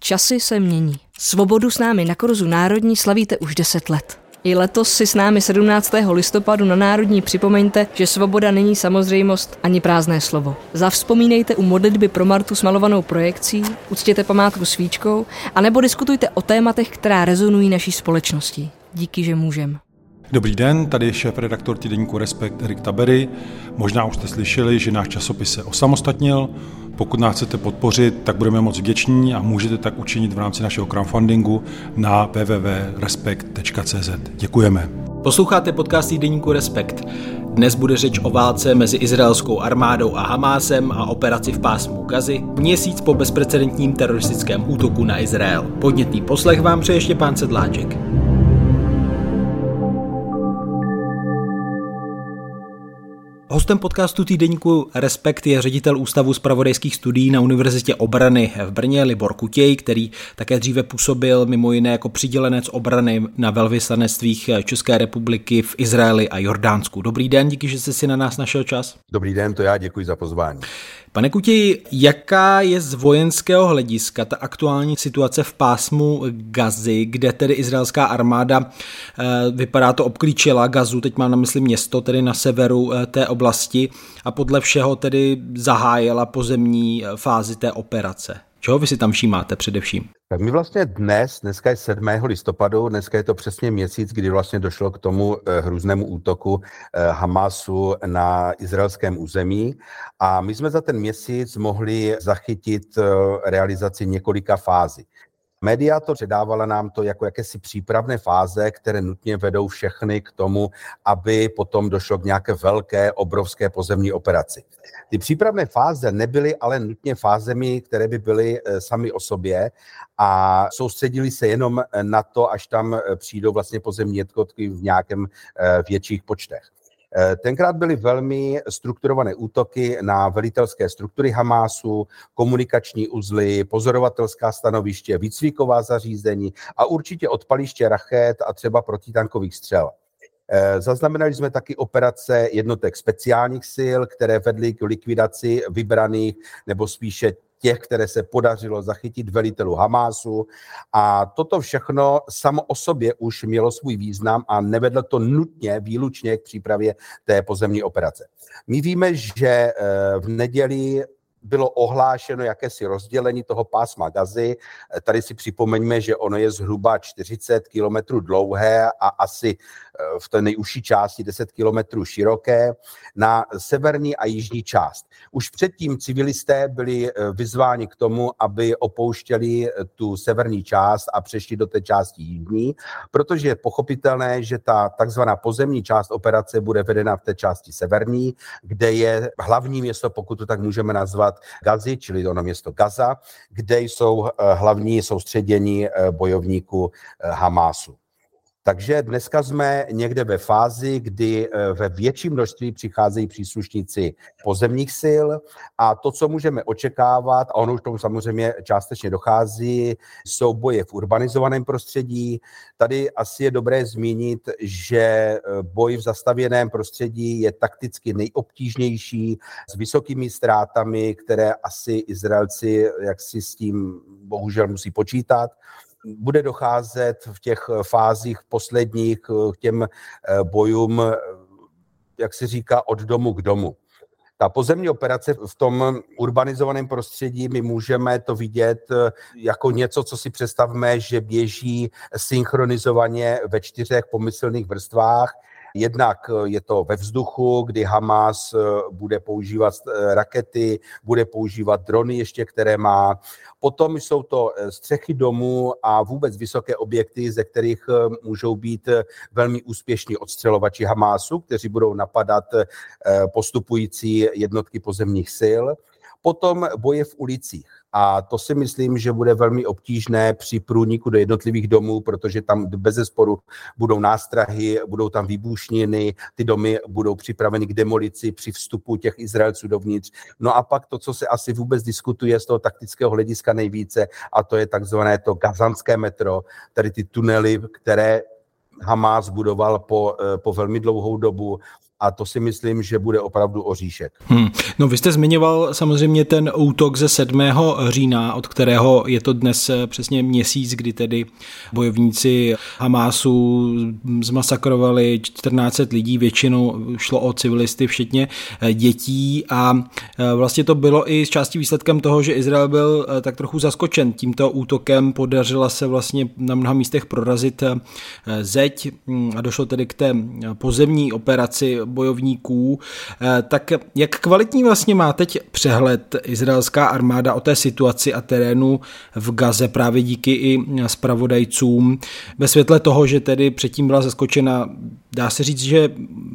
Časy se mění. Svobodu s námi na kurzu Národní slavíte už 10 let. I letos si s námi 17. listopadu na Národní připomeňte, že svoboda není samozřejmost ani prázdné slovo. Zavzpomínejte u modlitby pro Martu s malovanou projekcí, uctěte památku svíčkou, anebo diskutujte o tématech, která rezonují naší společností. Díky, že můžem. Dobrý den, tady je šéfredaktor týdeníku Respekt Erik Tabery. Možná už jste slyšeli, že náš časopis se osamostatnil. Pokud nás chcete podpořit, tak budeme moc vděční a můžete tak učinit v rámci našeho crowdfundingu na www.respekt.cz. Děkujeme. Posloucháte podcast týdeníku Respekt. Dnes bude řeč o válce mezi izraelskou armádou a Hamásem a operaci v pásmu Gazy, měsíc po bezprecedentním teroristickém útoku na Izrael. Podnětný poslech vám přeje Štěpán Sedláček. Hostem podcastu týdeníku Respekt je ředitel Ústavu zpravodajských studií na Univerzitě obrany v Brně Libor Kutěj, který také dříve působil mimo jiné jako přidělenec obrany na velvyslanectvích České republiky v Izraeli a Jordánsku. Dobrý den, díky, že jste si na nás našel čas. Dobrý den, to já děkuji za pozvání. Pane Kutěji, jaká je z vojenského hlediska ta aktuální situace v pásmu Gazy, kde tedy izraelská armáda, vypadá to, obklíčila Gazu, teď mám na mysli město, tedy na severu té oblasti, a podle všeho tedy zahájila pozemní fázi té operace? Čeho vy si tam všímáte především? Tak my vlastně dneska je 7. listopadu, dneska je to přesně měsíc, kdy vlastně došlo k tomu hrůznému útoku Hamásu na izraelském území, a my jsme za ten měsíc mohli zachytit realizaci několika fází. Média to předávala nám to jako jakési přípravné fáze, které nutně vedou všechny k tomu, aby potom došlo k nějaké velké, obrovské pozemní operaci. Ty přípravné fáze nebyly ale nutně fázemi, které by byly sami o sobě a soustředili se jenom na to, až tam přijdou vlastně pozemní jednotky v nějakém větších počtech. Tenkrát byly velmi strukturované útoky na velitelské struktury Hamásu, komunikační uzly, pozorovatelská stanoviště, výcviková zařízení a určitě odpaliště raket a třeba protitankových střel. Zaznamenali jsme taky operace jednotek speciálních sil, které vedly k likvidaci vybraných nebo spíše těch, které se podařilo zachytit velitelů Hamásu, a toto všechno samo o sobě už mělo svůj význam a nevedlo to nutně výlučně k přípravě té pozemní operace. My víme, že v neděli bylo ohlášeno jakési rozdělení toho pásma Gazy. Tady si připomeňme, že ono je zhruba 40 kilometrů dlouhé a asi v té nejužší části 10 kilometrů široké na severní a jižní část. Už předtím civilisté byli vyzváni k tomu, aby opouštěli tu severní část a přešli do té části jižní, protože je pochopitelné, že ta takzvaná pozemní část operace bude vedena v té části severní, kde je hlavní město, pokud to tak můžeme nazvat, Gazy, čili ono město Gaza, kde jsou hlavní soustředění bojovníků Hamásu. Takže dneska jsme někde ve fázi, kdy ve větším množství přicházejí příslušníci pozemních sil, a to, co můžeme očekávat, a ono už tomu samozřejmě částečně dochází, jsou boje v urbanizovaném prostředí. Tady asi je dobré zmínit, že boj v zastavěném prostředí je takticky nejobtížnější, s vysokými ztrátami, které asi Izraelci jaksi s tím bohužel musí počítat. Bude docházet v těch fázích posledních k těm bojům, jak se říká, od domu k domu. Ta pozemní operace v tom urbanizovaném prostředí, my můžeme to vidět jako něco, co si představme, že běží synchronizovaně ve 4 pomyslných vrstvách. Jednak je to ve vzduchu, kdy Hamás bude používat rakety, bude používat drony ještě, které má. Potom jsou to střechy domů a vůbec vysoké objekty, ze kterých můžou být velmi úspěšní odstřelovači Hamásu, kteří budou napadat postupující jednotky pozemních sil. Potom boje v ulicích. A to si myslím, že bude velmi obtížné při průniku do jednotlivých domů, protože tam bezesporu budou nástrahy, budou tam výbušniny, ty domy budou připraveny k demolici při vstupu těch Izraelců dovnitř. No a pak to, co se asi vůbec diskutuje z toho taktického hlediska nejvíce, a to je takzvané to gazanské metro, tady ty tunely, které Hamás budoval po velmi dlouhou dobu. a to si myslím, že bude opravdu oříšek. No vy jste zmiňoval samozřejmě ten útok ze 7. října, od kterého je to dnes přesně měsíc, kdy tedy bojovníci Hamásu zmasakrovali 1400 lidí, většinou šlo o civilisty, včetně dětí a vlastně to bylo i z části výsledkem toho, že Izrael byl tak trochu zaskočen tímto útokem, podařila se vlastně na mnoha místech prorazit zeď a došlo tedy k té pozemní operaci bojovníků. Tak jak kvalitní vlastně má teď přehled izraelská armáda o té situaci a terénu v Gaze právě díky i zpravodajcům ve světle toho, že tedy předtím byla zaskočena, dá se říct, že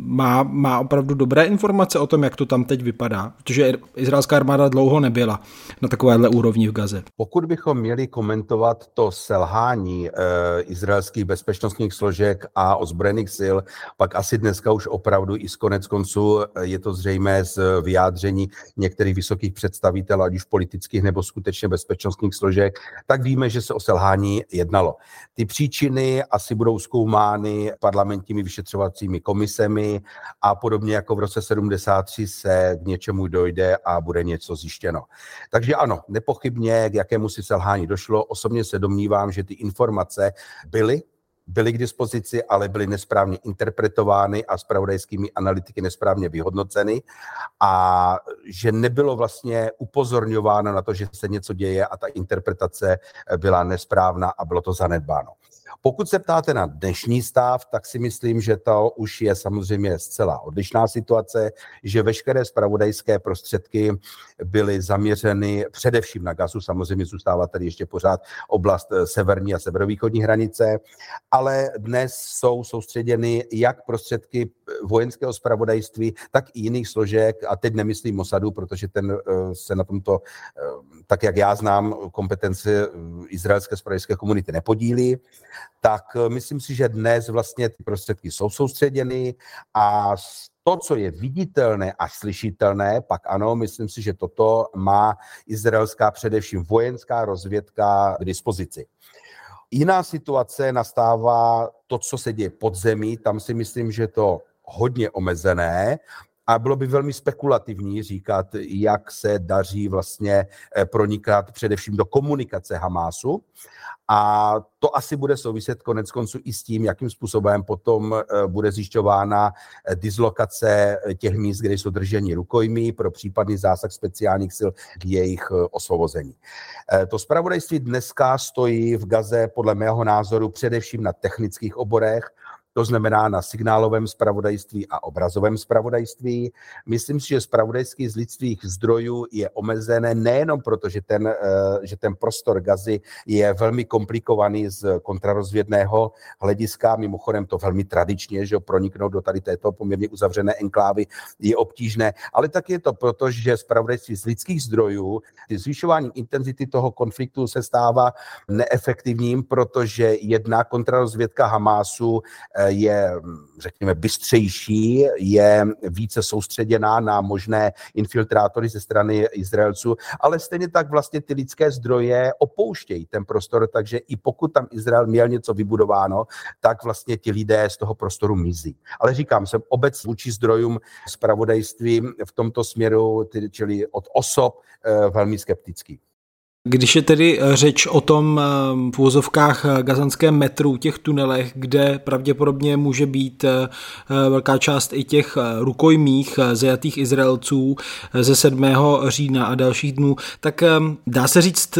má opravdu dobré informace o tom, jak to tam teď vypadá, protože izraelská armáda dlouho nebyla na takovéhle úrovni v Gaze. Pokud bychom měli komentovat to selhání izraelských bezpečnostních složek a ozbrojených sil, pak asi dneska už opravdu i z konec konců je to zřejmé z vyjádření některých vysokých představitelů, ať už politických nebo skutečně bezpečnostních složek, tak víme, že se o selhání jednalo. Ty příčiny asi budou zkoumány parlamentními vyšetřovacími komisemi a podobně jako v roce 73 se k něčemu dojde a bude něco zjištěno. Takže ano, nepochybně k jakému si selhání došlo. Osobně se domnívám, že ty informace byly k dispozici, ale byly nesprávně interpretovány a zpravodajskými analytiky nesprávně vyhodnoceny a že nebylo vlastně upozorňováno na to, že se něco děje a ta interpretace byla nesprávná a bylo to zanedbáno. Pokud se ptáte na dnešní stav, tak si myslím, že to už je samozřejmě zcela odlišná situace, že veškeré zpravodajské prostředky byly zaměřeny především na Gazu, samozřejmě zůstává tady ještě pořád oblast severní a severovýchodní hranice, ale dnes jsou soustředěny jak prostředky vojenského zpravodajství, tak i jiných složek, a teď nemyslím Mosadu, protože ten se na tomto, tak jak já znám, kompetence izraelské zpravodajské komunity nepodílí, tak myslím si, že dnes vlastně ty prostředky jsou soustředěny a to, co je viditelné a slyšitelné, pak ano, myslím si, že toto má izraelská především vojenská rozvědka k dispozici. Jiná situace nastává to, co se děje pod zemí, tam si myslím, že to hodně omezené a bylo by velmi spekulativní říkat, jak se daří vlastně pronikat především do komunikace Hamásu. A to asi bude souviset konec konců i s tím, jakým způsobem potom bude zjišťována dislokace těch míst, kde jsou drženi rukojmí pro případný zásah speciálních sil k jejich osvobození. To zpravodajství dneska stojí v Gaze podle mého názoru především na technických oborech, to znamená na signálovém zpravodajství a obrazovém zpravodajství. Myslím si, že zpravodajství z lidských zdrojů je omezené nejenom proto, že ten prostor Gazy je velmi komplikovaný z kontrarozvědného hlediska, mimochodem to velmi tradičně, že proniknout do tady této poměrně uzavřené enklávy je obtížné, ale tak je to proto, že zpravodajství z lidských zdrojů, zvyšováním intenzity toho konfliktu se stává neefektivním, protože jedna kontrarozvědka Hamásu je, řekněme, bystřejší, je více soustředěná na možné infiltrátory ze strany Izraelců, ale stejně tak vlastně ty lidské zdroje opouštějí ten prostor, takže i pokud tam Izrael měl něco vybudováno, tak vlastně ti lidé z toho prostoru mizí. Ale říkám, jsem obec vůči zdrojům zpravodajství v tomto směru, čili od osob, velmi skeptický. Když je tedy řeč o tom v uvozovkách gazanském metru, těch tunelech, kde pravděpodobně může být velká část i těch rukojmích zajatých Izraelců ze 7. října a dalších dnů, tak dá se říct,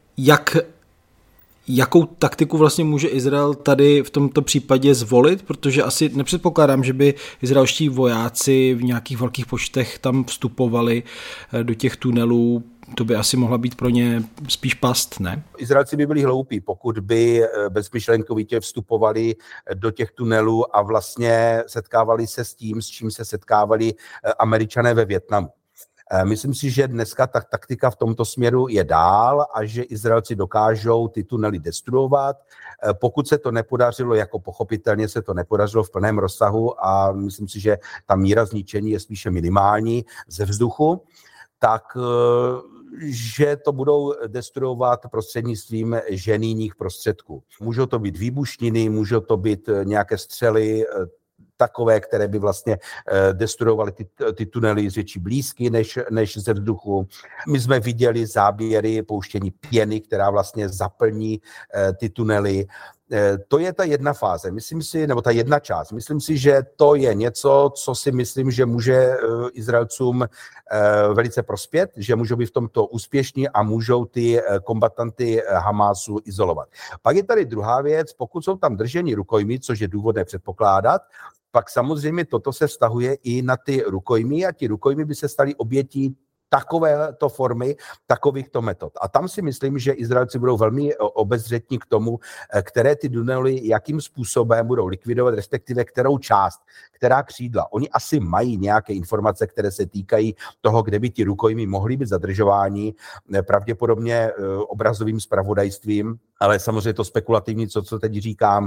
jakou taktiku vlastně může Izrael tady v tomto případě zvolit, protože asi nepředpokládám, že by izraelští vojáci v nějakých velkých počtech tam vstupovali do těch tunelů. To by asi mohla být pro ně spíš past, ne? Izraelci by byli hloupí, pokud by bezmyšlenkovitě vstupovali do těch tunelů a vlastně setkávali se s tím, s čím se setkávali Američané ve Vietnamu. Myslím si, že dneska ta taktika v tomto směru je dál a že Izraelci dokážou ty tunely destruovat. Pokud se to nepodařilo, jako pochopitelně se to nepodařilo v plném rozsahu a myslím si, že ta míra zničení je spíše minimální ze vzduchu, tak že to budou destruovat prostřednictvím ženijních prostředků. Můžou to být výbušniny, můžou to být nějaké střely takové, které by vlastně destruovaly ty tunely z větší blízky než ze vzduchu. My jsme viděli záběry pouštění pěny, která vlastně zaplní ty tunely. To je ta jedna fáze, myslím si, nebo ta jedna část. Myslím si, že to je něco, co si myslím, že může Izraelcům velice prospět, že můžou být v tomto úspěšní a můžou ty kombatanty Hamásu izolovat. Pak je tady druhá věc, pokud jsou tam drženi rukojmí, což je důvodné předpokládat, pak samozřejmě toto se vztahuje i na ty rukojmí a ti rukojmí by se stali obětí takovéto formy, takovýchto metod. A tam si myslím, že Izraelci budou velmi obezřetní k tomu, které ty tunely, jakým způsobem budou likvidovat, respektive kterou část, která křídla. Oni asi mají nějaké informace, které se týkají toho, kde by ti rukojmí mohli být zadržováni, pravděpodobně obrazovým zpravodajstvím, ale samozřejmě to spekulativní, co teď říkám,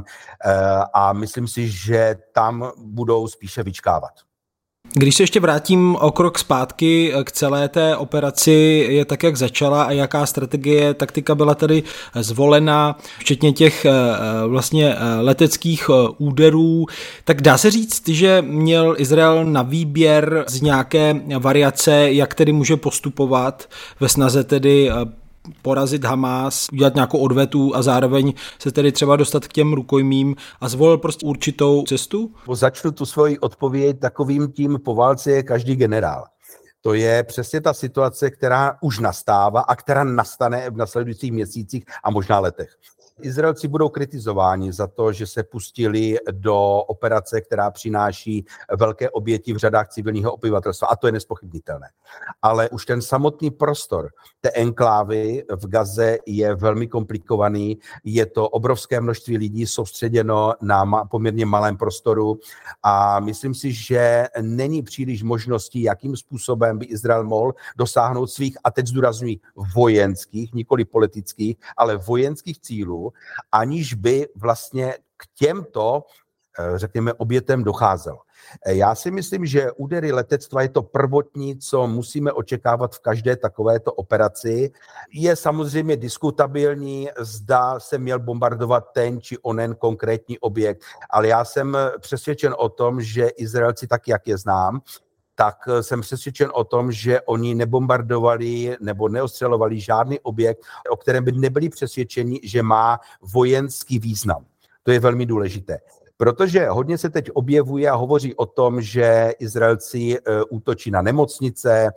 a myslím si, že tam budou spíše vyčkávat. Když se ještě vrátím o krok zpátky k celé té operaci, je tak, jak začala a jaká strategie, taktika byla tady zvolena, včetně těch vlastně leteckých úderů, tak dá se říct, že měl Izrael na výběr z nějaké variace, jak tedy může postupovat ve snaze tedy porazit Hamás, udělat nějakou odvetu a zároveň se tedy třeba dostat k těm rukojmím a zvolil prostě určitou cestu? Začnu tu svoji odpověď takovým tím: po válce je každý generál. To je přesně ta situace, která už nastává a která nastane v nasledujících měsících a možná letech. Izraelci budou kritizováni za to, že se pustili do operace, která přináší velké oběti v řadách civilního obyvatelstva, a to je nespochybnitelné. Ale už ten samotný prostor té enklávy v Gaze je velmi komplikovaný, je to obrovské množství lidí soustředěno na poměrně malém prostoru a myslím si, že není příliš možností, jakým způsobem by Izrael mohl dosáhnout svých, a teď zdůrazňuji, vojenských, nikoli politických, ale vojenských cílů, aniž by vlastně k těmto, řekněme, obětem docházel. Já si myslím, že údery letectva je to prvotní, co musíme očekávat v každé takovéto operaci. Je samozřejmě diskutabilní, zda se měl bombardovat ten či onen konkrétní objekt, ale já jsem přesvědčen o tom, že Izraelci, tak jak je znám, tak jsem přesvědčen o tom, že oni nebombardovali nebo neostřelovali žádný objekt, o kterém by nebyli přesvědčeni, že má vojenský význam. To je velmi důležité. Protože hodně se teď objevuje a hovoří o tom, že Izraelci útočí na nemocnice,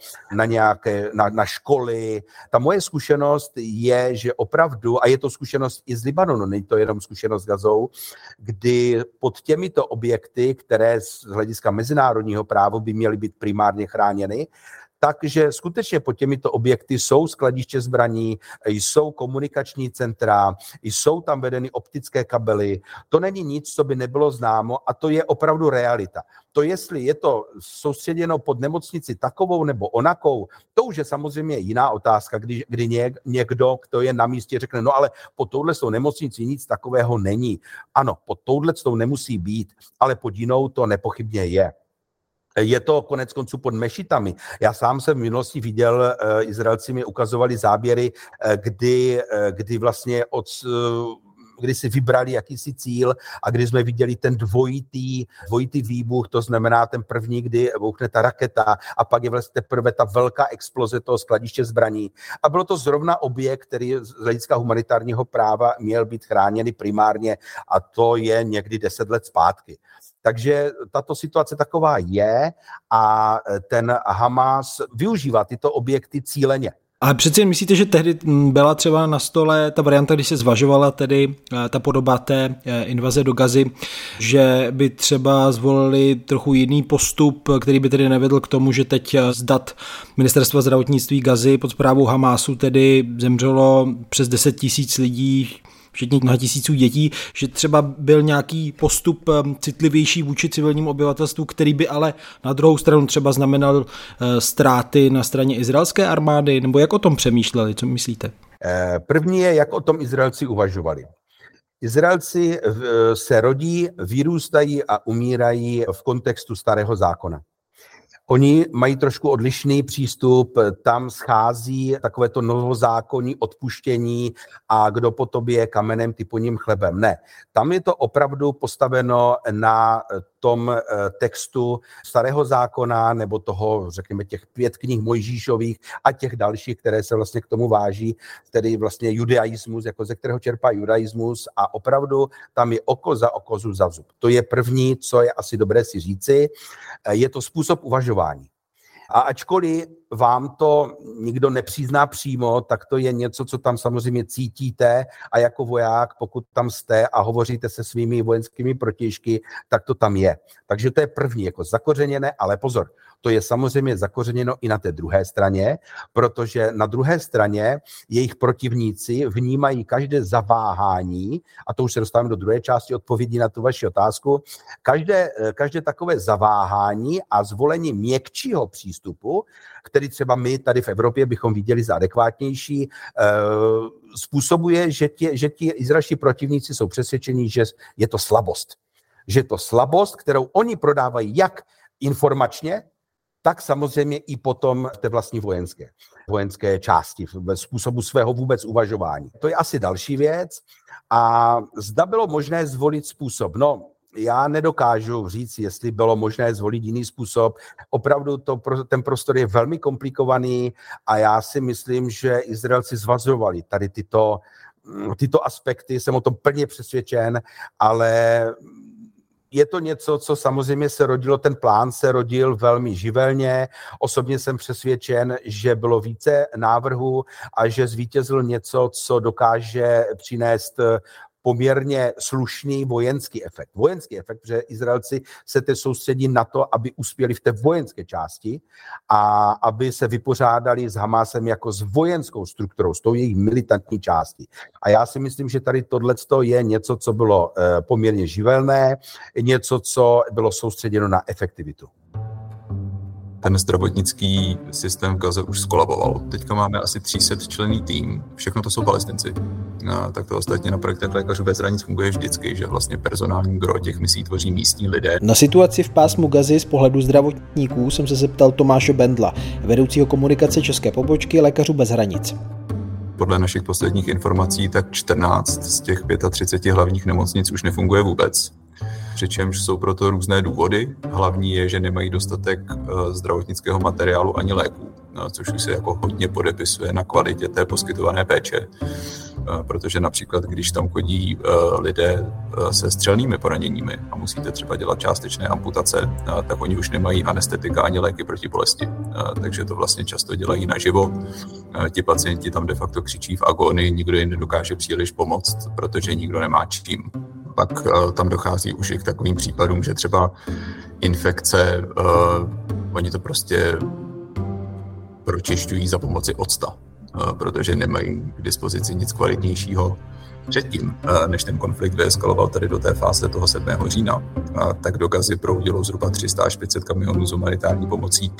na školy. Ta moje zkušenost je, že opravdu, a je to zkušenost i z Libanonu, není to jenom zkušenost s Gazou, kdy pod těmito objekty, které z hlediska mezinárodního práva by měly být primárně chráněny, takže skutečně pod těmito objekty jsou skladiště zbraní, jsou komunikační centra, jsou tam vedeny optické kabely. To není nic, co by nebylo známo, a to je opravdu realita. To, jestli je to soustředěno pod nemocnici takovou nebo onakou, to už je samozřejmě jiná otázka, kdy někdo, kdo je na místě, řekne, no ale pod touhletou nemocnici nic takového není. Ano, pod touhletou nemusí být, ale pod jinou to nepochybně je. Je to konec konců pod mešitami. Já sám jsem v minulosti viděl, Izraelci mi ukazovali záběry, kdy vlastně kdy si vybrali jakýsi cíl a kdy jsme viděli ten dvojitý výbuch, to znamená ten první, kdy bouchne ta raketa a pak je vlastně teprve ta velká exploze toho skladiště zbraní. A bylo to zrovna objekt, který z hlediska humanitárního práva měl být chráněný primárně, a to je někdy 10 let zpátky. Takže tato situace taková je a ten Hamas využívá tyto objekty cíleně. Ale přeci jen myslíte, že tehdy byla třeba na stole ta varianta, když se zvažovala tedy ta podoba té invaze do Gazy, že by třeba zvolili trochu jiný postup, který by tedy nevedl k tomu, že teď z dat Ministerstva zdravotnictví Gazy pod správou Hamásu tedy zemřelo přes 10 000 lidí, včetně mnoha tisíců dětí, že třeba byl nějaký postup citlivější vůči civilnímu obyvatelstvu, který by ale na druhou stranu třeba znamenal ztráty na straně izraelské armády, nebo jak o tom přemýšleli, co myslíte? První je, jak o tom Izraelci uvažovali. Izraelci se rodí, vyrůstají a umírají v kontextu Starého zákona. Oni mají trošku odlišný přístup, tam schází takovéto novozákonní odpuštění a kdo po tobě kamenem, ty po ním chlebem. Ne, tam je to opravdu postaveno na tom textu Starého zákona nebo toho, řekněme, těch 5 knih Mojžíšových a těch dalších, které se vlastně k tomu váží, tedy vlastně judaismus, jako ze kterého čerpá judaismus a opravdu tam je oko za oko, zub za zub. To je první, co je asi dobré si říci, je to způsob uvažování. A ačkoliv vám to nikdo nepřizná přímo, tak to je něco, co tam samozřejmě cítíte a jako voják, pokud tam jste a hovoříte se svými vojenskými protějšky, tak to tam je. Takže to je první, jako zakořeněné, ale pozor, to je samozřejmě zakořeněno i na té druhé straně, protože na druhé straně jejich protivníci vnímají každé zaváhání, a to už se dostáváme do druhé části odpovědi na tu vaši otázku, každé takové zaváhání a zvolení měkčího přístupu, který třeba my tady v Evropě bychom viděli za adekvátnější, způsobuje, že ti izraelští protivníci jsou přesvědčeni, že je to slabost. Že je to slabost, kterou oni prodávají jak informačně, tak samozřejmě i potom v té vlastní vojenské části, ve způsobu svého vůbec uvažování. To je asi další věc. A zda bylo možné zvolit způsob? No, já nedokážu říct, jestli bylo možné zvolit jiný způsob. Opravdu ten prostor je velmi komplikovaný a já si myslím, že Izraelci zvazovali tady tyto aspekty, jsem o tom plně přesvědčen, ale je to něco, co samozřejmě se rodilo, ten plán se rodil velmi živelně. Osobně jsem přesvědčen, že bylo více návrhů a že zvítězil něco, co dokáže přinést poměrně slušný vojenský efekt. Vojenský efekt, protože Izraelci se teď soustředí na to, aby uspěli v té vojenské části a aby se vypořádali s Hamásem jako s vojenskou strukturou, s tou jejich militantní částí. A já si myslím, že tady tohleto je něco, co bylo poměrně živelné, něco, co bylo soustředěno na efektivitu. Ten zdravotnický systém v Gaze už skolaboval. Teďka máme asi 300členný tým, všechno to jsou Palestinci. Tak to ostatně na projektech Lékařů bez hranic funguje vždycky, že vlastně personální gro těch misí tvoří místní lidé. Na situaci v pásmu Gazy z pohledu zdravotníků jsem se zeptal Tomáše Bendla, vedoucího komunikace české pobočky Lékařů bez hranic. Podle našich posledních informací tak 14 z těch 35 hlavních nemocnic už nefunguje vůbec. Přičemž jsou proto různé důvody. Hlavní je, že nemají dostatek zdravotnického materiálu ani léků, což už se jako hodně podepisuje na kvalitě té poskytované péče. Protože například, když tam chodí lidé se střelnými poraněními a musíte třeba dělat částečné amputace, tak oni už nemají anestetika ani léky proti bolesti. Takže to vlastně často dělají naživo. Ti pacienti tam de facto křičí v agónii, nikdo jim nedokáže příliš pomoct, protože nikdo nemá čím. Pak tam dochází už i k takovým případům, že třeba infekce, oni to prostě pročišťují za pomoci octa, protože nemají k dispozici nic kvalitnějšího. Předtím, než ten konflikt vyeskaloval tady do té fáze toho 7. října, tak do Gazy proudilo zhruba 300 až 500 kamionů s humanitární pomocí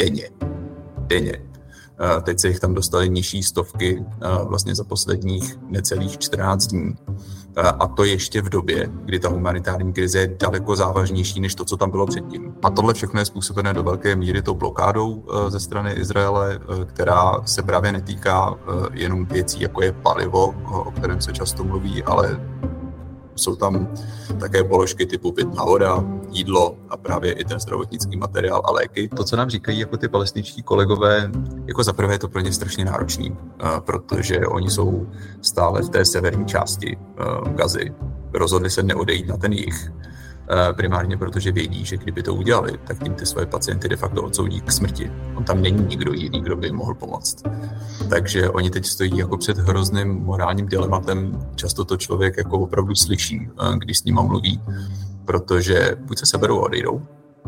denně. Teď se jich tam dostaly nižší stovky vlastně za posledních necelých 14 dní. A to ještě v době, kdy ta humanitární krize je daleko závažnější než to, co tam bylo předtím. A tohle všechno je způsobené do velké míry tou blokádou ze strany Izraele, která se právě netýká jenom věcí, jako je palivo, o kterém se často mluví, ale jsou tam také položky typu pitná voda, jídlo a právě i ten zdravotnický materiál a léky. To, co nám říkají jako ty palestinští kolegové, jako zaprvé je to pro ně strašně náročný, protože oni jsou stále v té severní části Gazy. Rozhodli se neodejít na ten jih, primárně protože vědí, že kdyby to udělali, tak tím ty svoje pacienty de facto odsoudí k smrti. On tam není nikdo jiný, kdo by jim mohl pomoct. Takže oni teď stojí jako před hrozným morálním dilematem. Často to člověk jako opravdu slyší, když s nima mluví, protože buď se seberou a odejdou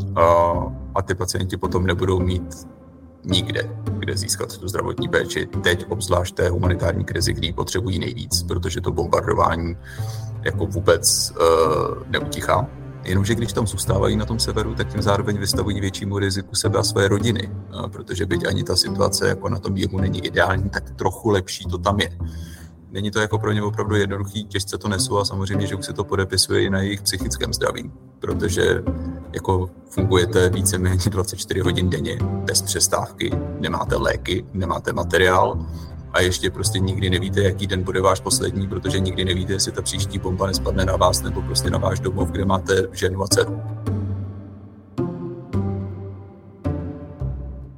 a ty pacienti potom nebudou mít nikde, kde získat tu zdravotní péči. Teď obzvlášť té humanitární krizi, kdy ji potřebují nejvíc, protože to bombardování jako vůbec neutichá. Jenomže když tam zůstávají na tom severu, tak tím zároveň vystavují většímu riziku sebe a své rodiny, protože byť ani ta situace jako na tom jihu není ideální, tak trochu lepší to tam je. Není to jako pro ně opravdu jednoduchý, těžce to nesou a samozřejmě, že už se to podepisuje i na jejich psychickém zdraví, protože jako fungujete víceméně 24 hodin denně, bez přestávky, nemáte léky, nemáte materiál a ještě prostě nikdy nevíte, jaký den bude váš poslední, protože nikdy nevíte, jestli ta příští bomba nespadne na vás nebo prostě na váš domov, kde máte ženu a dceru.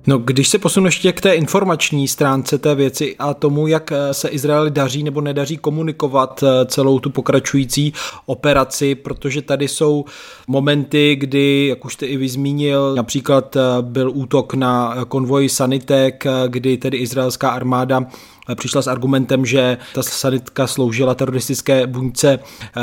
No, když se posunu ještě k té informační stránce té věci a tomu, jak se Izraeli daří nebo nedaří komunikovat celou tu pokračující operaci, protože tady jsou momenty, kdy, jak už jste i vy zmínil, například byl útok na konvoj sanitek, kdy tedy izraelská armáda přišla s argumentem, že ta sanitka sloužila teroristické buňce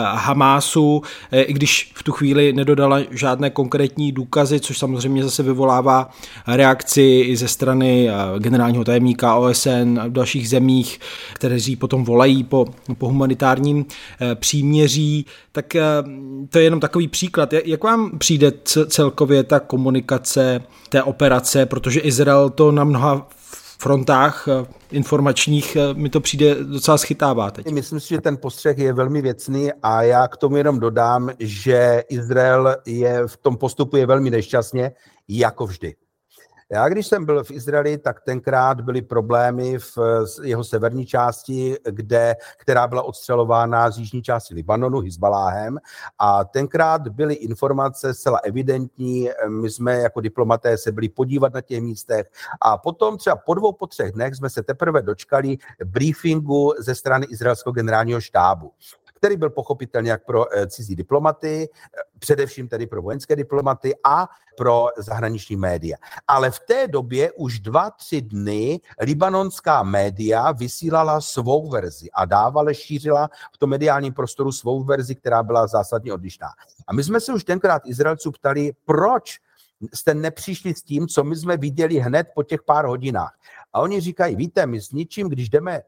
Hamásu, i když v tu chvíli nedodala žádné konkrétní důkazy, což samozřejmě zase vyvolává reakci i ze strany generálního tajemníka OSN a v dalších zemích, kteří potom volají po humanitárním příměří. Tak to je jenom takový příklad. Jak vám přijde celkově ta komunikace té operace, protože Izrael to na mnoha frontách informačních mi to přijde docela schytává teď. Myslím si, že ten postřeh je velmi věcný a já k tomu jenom dodám, že Izrael je v tom postupuje velmi nešťastně, jako vždy. Já když jsem byl v Izraeli, tak tenkrát byly problémy v jeho severní části, která byla odstřelována z jižní části Libanonu, Hizbaláhem, a tenkrát byly informace zcela evidentní, my jsme jako diplomaté se byli podívat na těch místech a potom třeba po 2, po 3 dnech jsme se teprve dočkali briefingu ze strany izraelského generálního štábu, který byl pochopitelně jak pro cizí diplomaty, především tedy pro vojenské diplomaty a pro zahraniční média. Ale v té době už 2-3 dny libanonská média vysílala svou verzi a šířila v tom mediálním prostoru svou verzi, která byla zásadně odlišná. A my jsme se už tenkrát Izraelců ptali, proč jste nepřišli s tím, co my jsme viděli hned po těch pár hodinách. A oni říkají, víte, my s ničím, když jdeme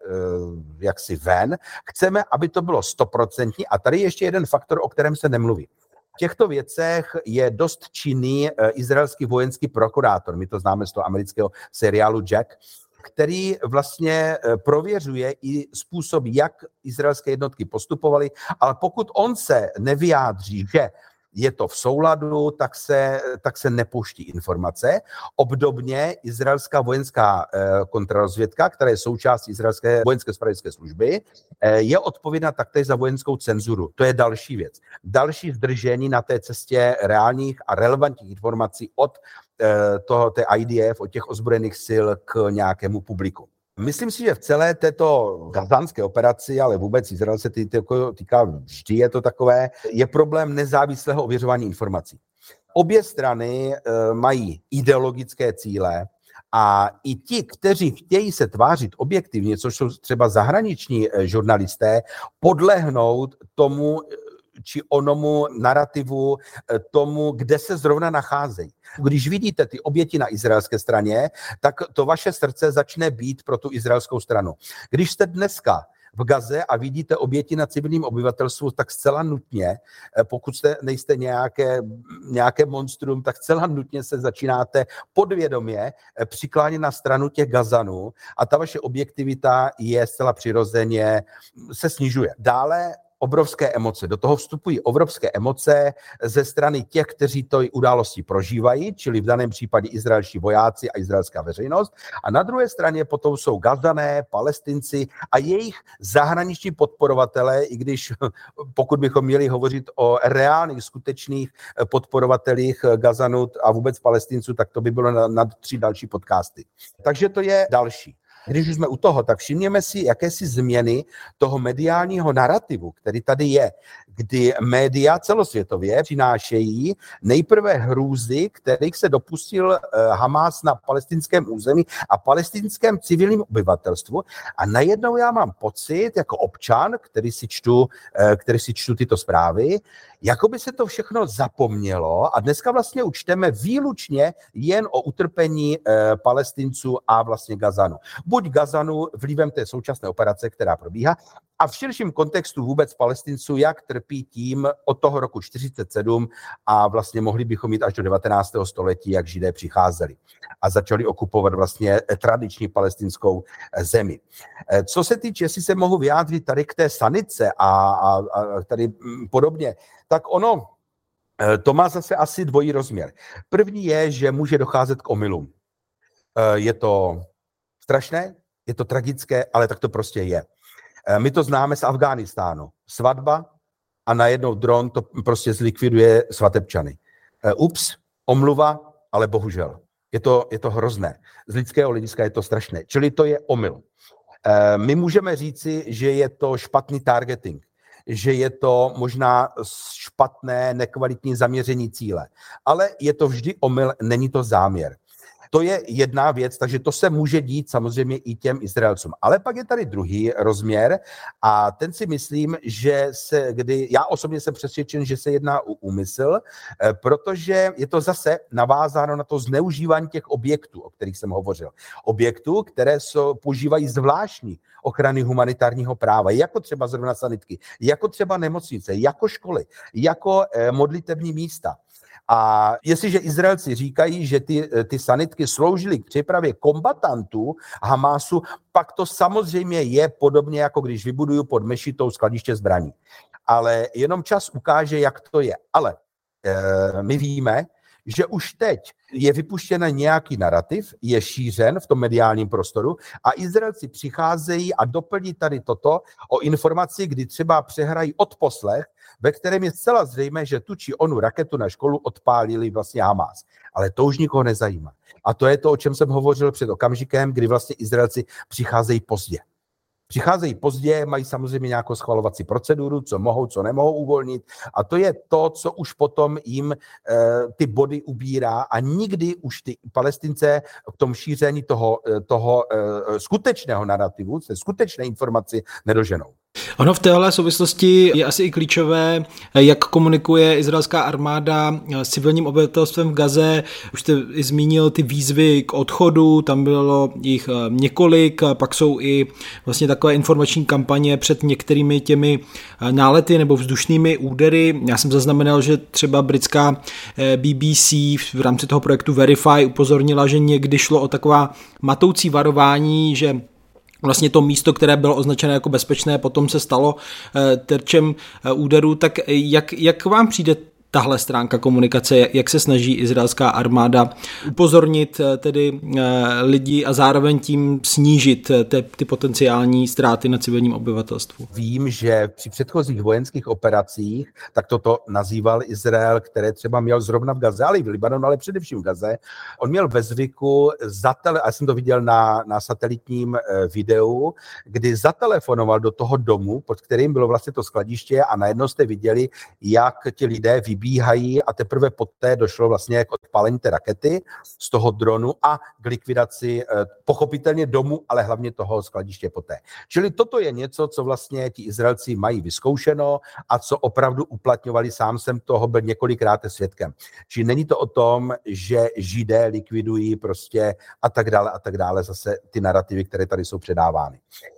jaksi ven, chceme, aby to bylo 100%. A tady ještě jeden faktor, o kterém se nemluví. V těchto věcech je dost činný izraelský vojenský prokurátor, my to známe z toho amerického seriálu Jack, který vlastně prověřuje i způsob, jak izraelské jednotky postupovaly, ale pokud on se nevyjádří, že je to v souladu, tak se nepouští informace. Obdobně izraelská vojenská kontrarozvědka, která je součástí izraelské vojenské zpravodajské služby, je odpovědná taktéž za vojenskou cenzuru. To je další věc. Další zdržení na té cestě reálních a relevantních informací od té IDF, od těch ozbrojených sil k nějakému publiku. Myslím si, že v celé této gazánské operaci, ale vůbec Izrael se týká vždy, je to takové, je problém nezávislého ověřování informací. Obě strany mají ideologické cíle a i ti, kteří chtějí se tvářit objektivně, což jsou třeba zahraniční žurnalisté, podlehnou tomu či onomu narrativu, tomu, kde se zrovna nacházejí. Když vidíte ty oběti na izraelské straně, tak to vaše srdce začne bít pro tu izraelskou stranu. Když jste dneska v Gaze a vidíte oběti na civilním obyvatelstvu, tak zcela nutně, pokud nejste nějaké monstrum, tak zcela nutně se začínáte podvědomě přiklánět na stranu těch Gazanů a ta vaše objektivita je zcela přirozeně se snižuje. Dále obrovské emoce. Do toho vstupují obrovské emoce ze strany těch, kteří to události prožívají, čili v daném případě izraelští vojáci a izraelská veřejnost. A na druhé straně potom jsou Gazané, Palestinci a jejich zahraniční podporovatelé, i když pokud bychom měli hovořit o reálných, skutečných podporovatelích Gazanů a vůbec Palestinců, tak to by bylo na 3 další podcasty. Takže to je další. Když už jsme u toho, tak všimněme si jakési změny toho mediálního narrativu, který tady je, kdy média celosvětově přinášejí nejprve hrůzy, kterých se dopustil Hamás na palestinském území a palestinském civilním obyvatelstvu. A najednou já mám pocit, jako občan, který si čtu tyto zprávy, jako by se to všechno zapomnělo a dneska vlastně učteme výlučně jen o utrpení Palestinců a vlastně Gazanů. Buď Gazanů vlivem té současné operace, která probíhá, a v širším kontextu vůbec Palestinců, jak trpí tím od toho roku 1947 a vlastně mohli bychom jít až do 19. století, jak Židé přicházeli a začali okupovat vlastně tradiční palestinskou zemi. Co se týče, jestli se mohu vyjádřit tady k té sanice a tady podobně, tak ono, to má zase asi dvojí rozměr. První je, že může docházet k omylům. Je to strašné, je to tragické, ale tak to prostě je. My to známe z Afghánistánu. Svatba a najednou dron to prostě zlikviduje svatebčany. Ups, omluva, ale bohužel. Je to hrozné. Z lidského hlediska je to strašné. Čili to je omyl. My můžeme říci, že je to špatný targeting, že je to možná špatné, nekvalitní zaměření cíle. Ale je to vždy omyl, není to záměr. To je jedna věc, takže to se může dít samozřejmě i těm Izraelcům. Ale pak je tady druhý rozměr a ten si myslím, já osobně jsem přesvědčen, že se jedná o úmysl, protože je to zase navázáno na to zneužívání těch objektů, o kterých jsem hovořil. Objektů, které používají zvláštní ochrany humanitárního práva, jako třeba zrovna sanitky, jako třeba nemocnice, jako školy, jako modlitební místa. A jestliže Izraelci říkají, že ty sanitky sloužily k přípravě kombatantů Hamásu, pak to samozřejmě je podobně, jako když vybuduju pod mešitou skladiště zbraní. Ale jenom čas ukáže, jak to je. Ale my víme, že už teď je vypuštěn nějaký narrativ, je šířen v tom mediálním prostoru a Izraelci přicházejí a doplní tady toto o informaci, kdy třeba přehrají odposlech, ve kterém je zcela zřejmé, že tu či onu raketu na školu odpálili vlastně Hamás. Ale to už nikoho nezajímá. A to je to, o čem jsem hovořil před okamžikem, kdy vlastně Izraelci přicházejí pozdě. Mají samozřejmě nějakou schvalovací proceduru, co mohou, co nemohou uvolnit a to je to, co už potom jim ty body ubírá a nikdy už ty Palestince v tom šíření toho skutečného narrativu, té skutečné informaci nedoženou. Ono v téhle souvislosti je asi i klíčové, jak komunikuje izraelská armáda s civilním obyvatelstvem v Gaze. Už jste i zmínil ty výzvy k odchodu, tam bylo jich několik, pak jsou i vlastně takové informační kampaně před některými těmi nálety nebo vzdušnými údery. Já jsem zaznamenal, že třeba britská BBC v rámci toho projektu Verify upozornila, že někdy šlo o taková matoucí varování, že vlastně to místo, které bylo označené jako bezpečné, potom se stalo terčem úderu. Tak jak vám přijde tahle stránka komunikace, jak se snaží izraelská armáda upozornit tedy lidi a zároveň tím snížit ty potenciální ztráty na civilním obyvatelstvu? Vím, že při předchozích vojenských operacích, tak toto nazýval Izrael, které třeba měl zrovna v Gaze, ale i v Libanonu, ale především v Gaze, on měl ve zvyku, a já jsem to viděl na satelitním videu, kdy zatelefonoval do toho domu, pod kterým bylo vlastně to skladiště a najednou jste viděli, jak ti lidé vybíhají a teprve poté došlo vlastně k odpálení té rakety z toho dronu a k likvidaci pochopitelně domu, ale hlavně toho skladiště poté. Čili toto je něco, co vlastně ti Izraelci mají vyzkoušeno a co opravdu uplatňovali, sám jsem toho byl několikrát svědkem. Čili není to o tom, že Židé likvidují prostě a tak dále, zase ty narrativy, které tady jsou předávány.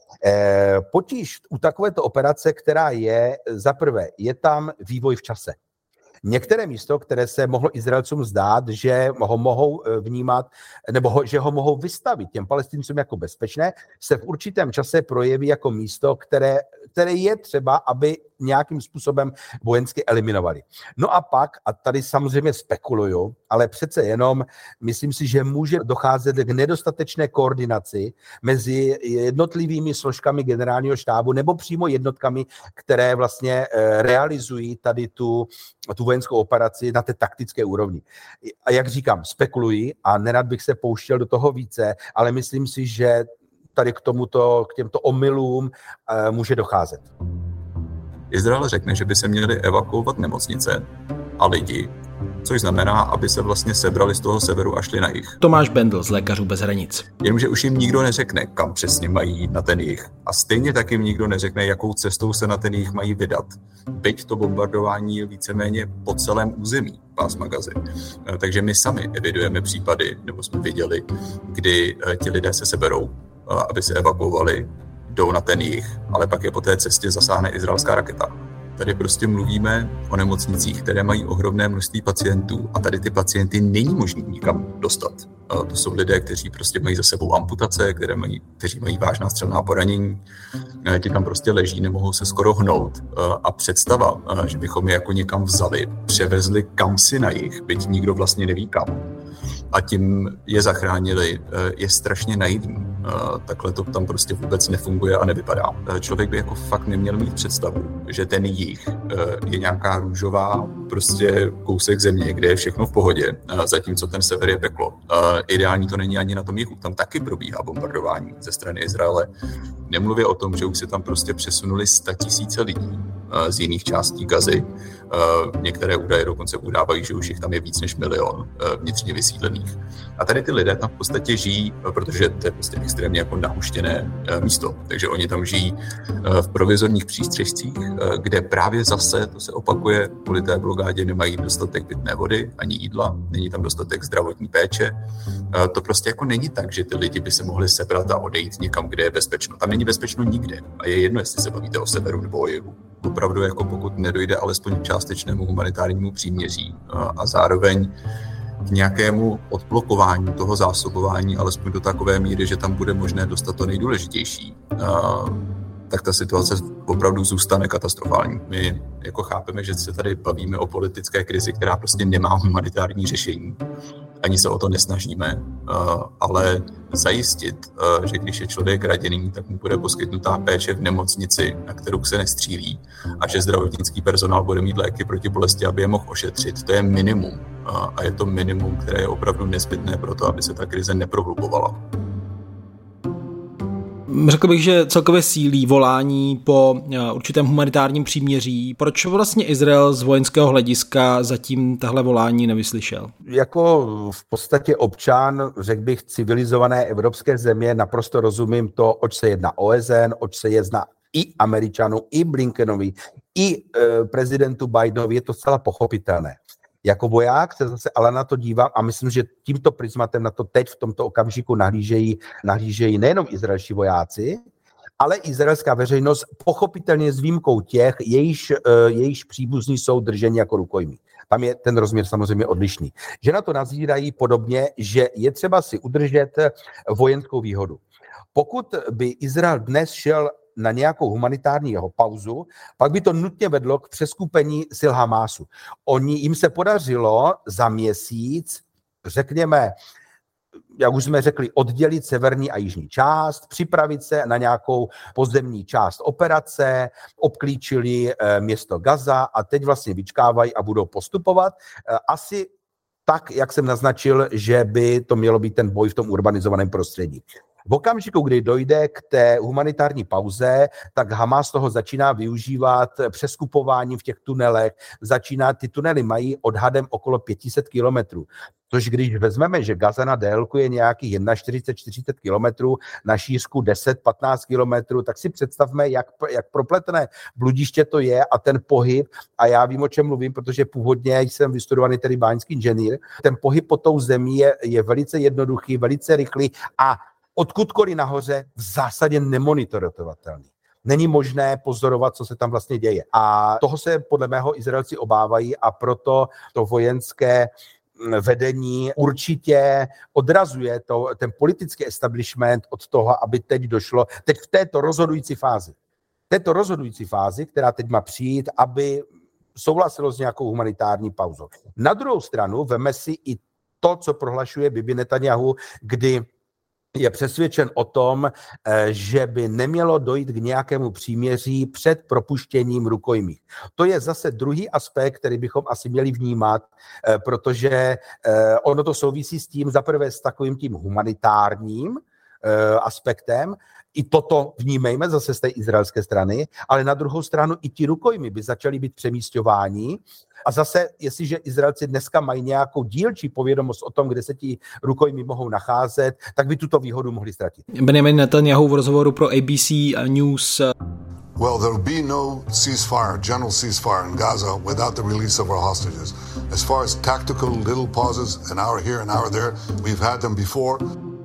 Potíž u takovéto operace, která je, zaprvé, je tam vývoj v čase. Některé místo, které se mohlo Izraelcům zdát, že ho mohou vnímat, nebo že ho mohou vystavit těm Palestincům jako bezpečné, se v určitém čase projeví jako místo, které je třeba, aby nějakým způsobem vojensky eliminovali. No a pak, a tady samozřejmě spekuluju, ale přece jenom myslím si, že může docházet k nedostatečné koordinaci mezi jednotlivými složkami generálního štábu nebo přímo jednotkami, které vlastně realizují tady tu vojenskou operaci na té taktické úrovni. A jak říkám, spekuluji a nerad bych se pouštěl do toho více, ale myslím si, že tady k těmto omylům může docházet. Izrael řekne, že by se měly evakuovat nemocnice a lidi, což znamená, aby se vlastně sebrali z toho severu a šli na jih. Tomáš Bendl z Lékařů bez hranic. Jenomže už jim nikdo neřekne, kam přesně mají jít na ten jih. A stejně tak jim nikdo neřekne, jakou cestou se na ten jih mají vydat. Byť to bombardování je víceméně po celém území pásma Gazy. Takže my sami evidujeme případy, nebo jsme viděli, kdy ti lidé se seberou, aby se evakuovali, jdou na ten jih, ale pak je po té cestě zasáhne izraelská raketa. Tady prostě mluvíme o nemocnicích, které mají ohromné množství pacientů a tady ty pacienty není možné nikam dostat. To jsou lidé, kteří prostě mají za sebou amputace, kteří mají vážná střelná poranění, ti tam prostě leží, nemohou se skoro hnout. A představa, že bychom je jako někam vzali, převezli kam si na jih, byť nikdo vlastně neví kam, a tím je zachránili, je strašně naivní. Takhle to tam prostě vůbec nefunguje a nevypadá. Člověk by jako fakt neměl mít představu, že ten jih je nějaká růžová prostě kousek země, kde je všechno v pohodě, zatímco ten sever je peklo. Ideální to není ani na tom jihu, tam taky probíhá bombardování ze strany Izraele. Nemluvě o tom, že už se tam prostě přesunuli 100 000 lidí z jiných částí Gazy. Některé údaje dokonce udávají, že už jich tam je víc než 1 milion vnitřně vysídlených. A tady ty lidé tam v podstatě žijí, protože to je prostě extrémně jako nahuštěné místo. Takže oni tam žijí v provizorních přístřešcích, kde právě zase, to se opakuje, kvůli té blokádě nemají dostatek pitné vody ani jídla, není tam dostatek zdravotní péče. To prostě jako není tak, že ty lidi by se mohli sebrat a odejít někam, kde je bezpečno. Tam není bezpečno nikde. A je jedno, jestli se bavíte o severu nebo o jihu. Opravdu jako pokud nedojde alespoň k částečnému humanitárnímu příměří a zároveň k nějakému odblokování toho zásobování, alespoň do takové míry, že tam bude možné dostat to nejdůležitější, tak ta situace opravdu zůstane katastrofální. My jako chápeme, že se tady bavíme o politické krizi, která prostě nemá humanitární řešení. Ani se o to nesnažíme, ale zajistit, že když je člověk raděný, tak mu bude poskytnutá péče v nemocnici, na kterou se nestřílí, a že zdravotnický personál bude mít léky proti bolesti, aby je mohl ošetřit. To je minimum. A je to minimum, které je opravdu nezbytné pro to, aby se ta krize neprohlubovala. Řekl bych, že celkově sílí volání po určitém humanitárním příměří. Proč vlastně Izrael z vojenského hlediska zatím tahle volání nevyslyšel? Jako v podstatě občan, řekl bych, civilizované evropské země, naprosto rozumím to, oč se jedná OSN, oč se jedná i Američanů, i Blinkenovi, i prezidentu Bidenovi, je to zcela pochopitelné. Jako voják se zase ale na to dívám a myslím, že tímto prismatem na to teď v tomto okamžiku nahlížejí nejenom izraelští vojáci, ale izraelská veřejnost, pochopitelně s výjimkou těch, jejichž příbuzní jsou drženi jako rukojmí. Tam je ten rozměr samozřejmě odlišný. Že na to nazírají podobně, že je třeba si udržet vojenskou výhodu. Pokud by Izrael dnes šel na nějakou humanitární jeho pauzu, pak by to nutně vedlo k přeskupení sil Hamásu. Jim se podařilo za měsíc, řekněme, jak už jsme řekli, oddělit severní a jižní část, připravit se na nějakou pozemní část operace, obklíčili město Gaza a teď vlastně vyčkávají a budou postupovat. Asi tak, jak jsem naznačil, že by to mělo být ten boj v tom urbanizovaném prostředí. V okamžiku, kdy dojde k té humanitární pauze, tak Hamas toho začíná využívat přeskupováním v těch tunelech. Ty tunely mají odhadem okolo 500 kilometrů. Což když vezmeme, že Gaza na délku je nějakých 41-40 kilometrů, na šířku 10-15 kilometrů, tak si představme, jak propletené bludiště to je a ten pohyb, a já vím, o čem mluvím, protože původně jsem vystudovaný tedy báňský inženýr, ten pohyb pod tou zemí je velice jednoduchý, velice rychlý a odkudkoliv nahoře v zásadě nemonitorovatelný. Není možné pozorovat, co se tam vlastně děje. A toho se podle mého Izraelci obávají a proto to vojenské vedení určitě odrazuje ten politický establishment od toho, aby teď v této rozhodující fázi, která teď má přijít, aby souhlasilo s nějakou humanitární pauzou. Na druhou stranu veme si i to, co prohlašuje Bibi Netanjahu, kdy je přesvědčen o tom, že by nemělo dojít k nějakému příměří před propuštěním rukojmích. To je zase druhý aspekt, který bychom asi měli vnímat, protože ono to souvisí s tím, zaprvé s takovým tím humanitárním aspektem, i toto vnímejme zase z té izraelské strany, ale na druhou stranu i ti rukojmí by začali být přemísťováni. A zase, jestliže Izraelci dneska mají nějakou dílčí povědomost o tom, kde se ti rukojmí mohou nacházet, tak by tuto výhodu mohli ztratit. Benjamin Netanyahu v rozhovoru pro ABC News. Well, there will be no ceasefire, general ceasefire in Gaza without the release of our hostages. As far as tactical little pauses, an hour here, an hour there, we've had them before.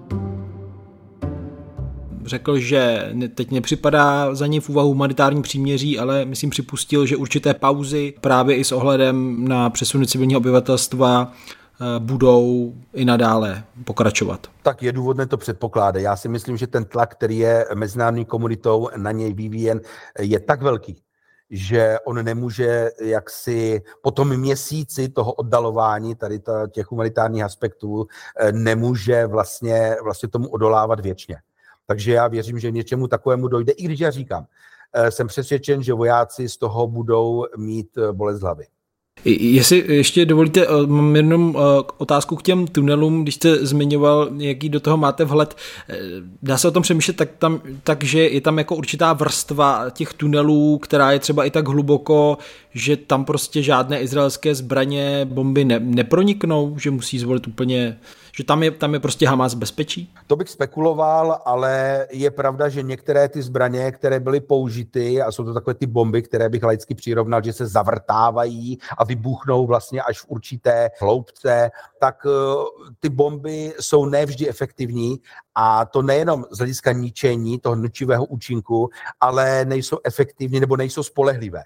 Řekl, že teď nepřipadá za ně v úvahu humanitární příměří, ale myslím připustil, že určité pauzy právě i s ohledem na přesuny civilního obyvatelstva budou i nadále pokračovat. Tak je důvodné to předpokládat. Já si myslím, že ten tlak, který je mezinárodní komunitou na něj vyvíjen, je tak velký, že on nemůže jaksi po tom měsíci toho oddalování tady těch humanitárních aspektů nemůže vlastně tomu odolávat věčně. Takže já věřím, že něčemu takovému dojde, i když já říkám, jsem přesvědčen, že vojáci z toho budou mít bolest hlavy. Jestli ještě dovolíte, mám jenom otázku k těm tunelům, když jste zmiňoval, jaký do toho máte vhled. Dá se o tom přemýšlet takže je tam jako určitá vrstva těch tunelů, která je třeba i tak hluboko, že tam prostě žádné izraelské zbraně, bomby neproniknou, že musí zvolit úplně, že tam je prostě Hamas bezpečí? To bych spekuloval, ale je pravda, že některé ty zbraně, které byly použity, a jsou to takové ty bomby, které bych laicky přirovnal, že se zavrtávají a vybuchnou vlastně až v určité hloubce, tak ty bomby jsou nevždy efektivní a to nejenom z hlediska ničení toho nučivého účinku, ale nejsou efektivní nebo nejsou spolehlivé.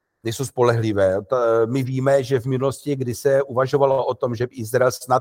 My víme, že v minulosti, kdy se uvažovalo o tom, že Izrael snad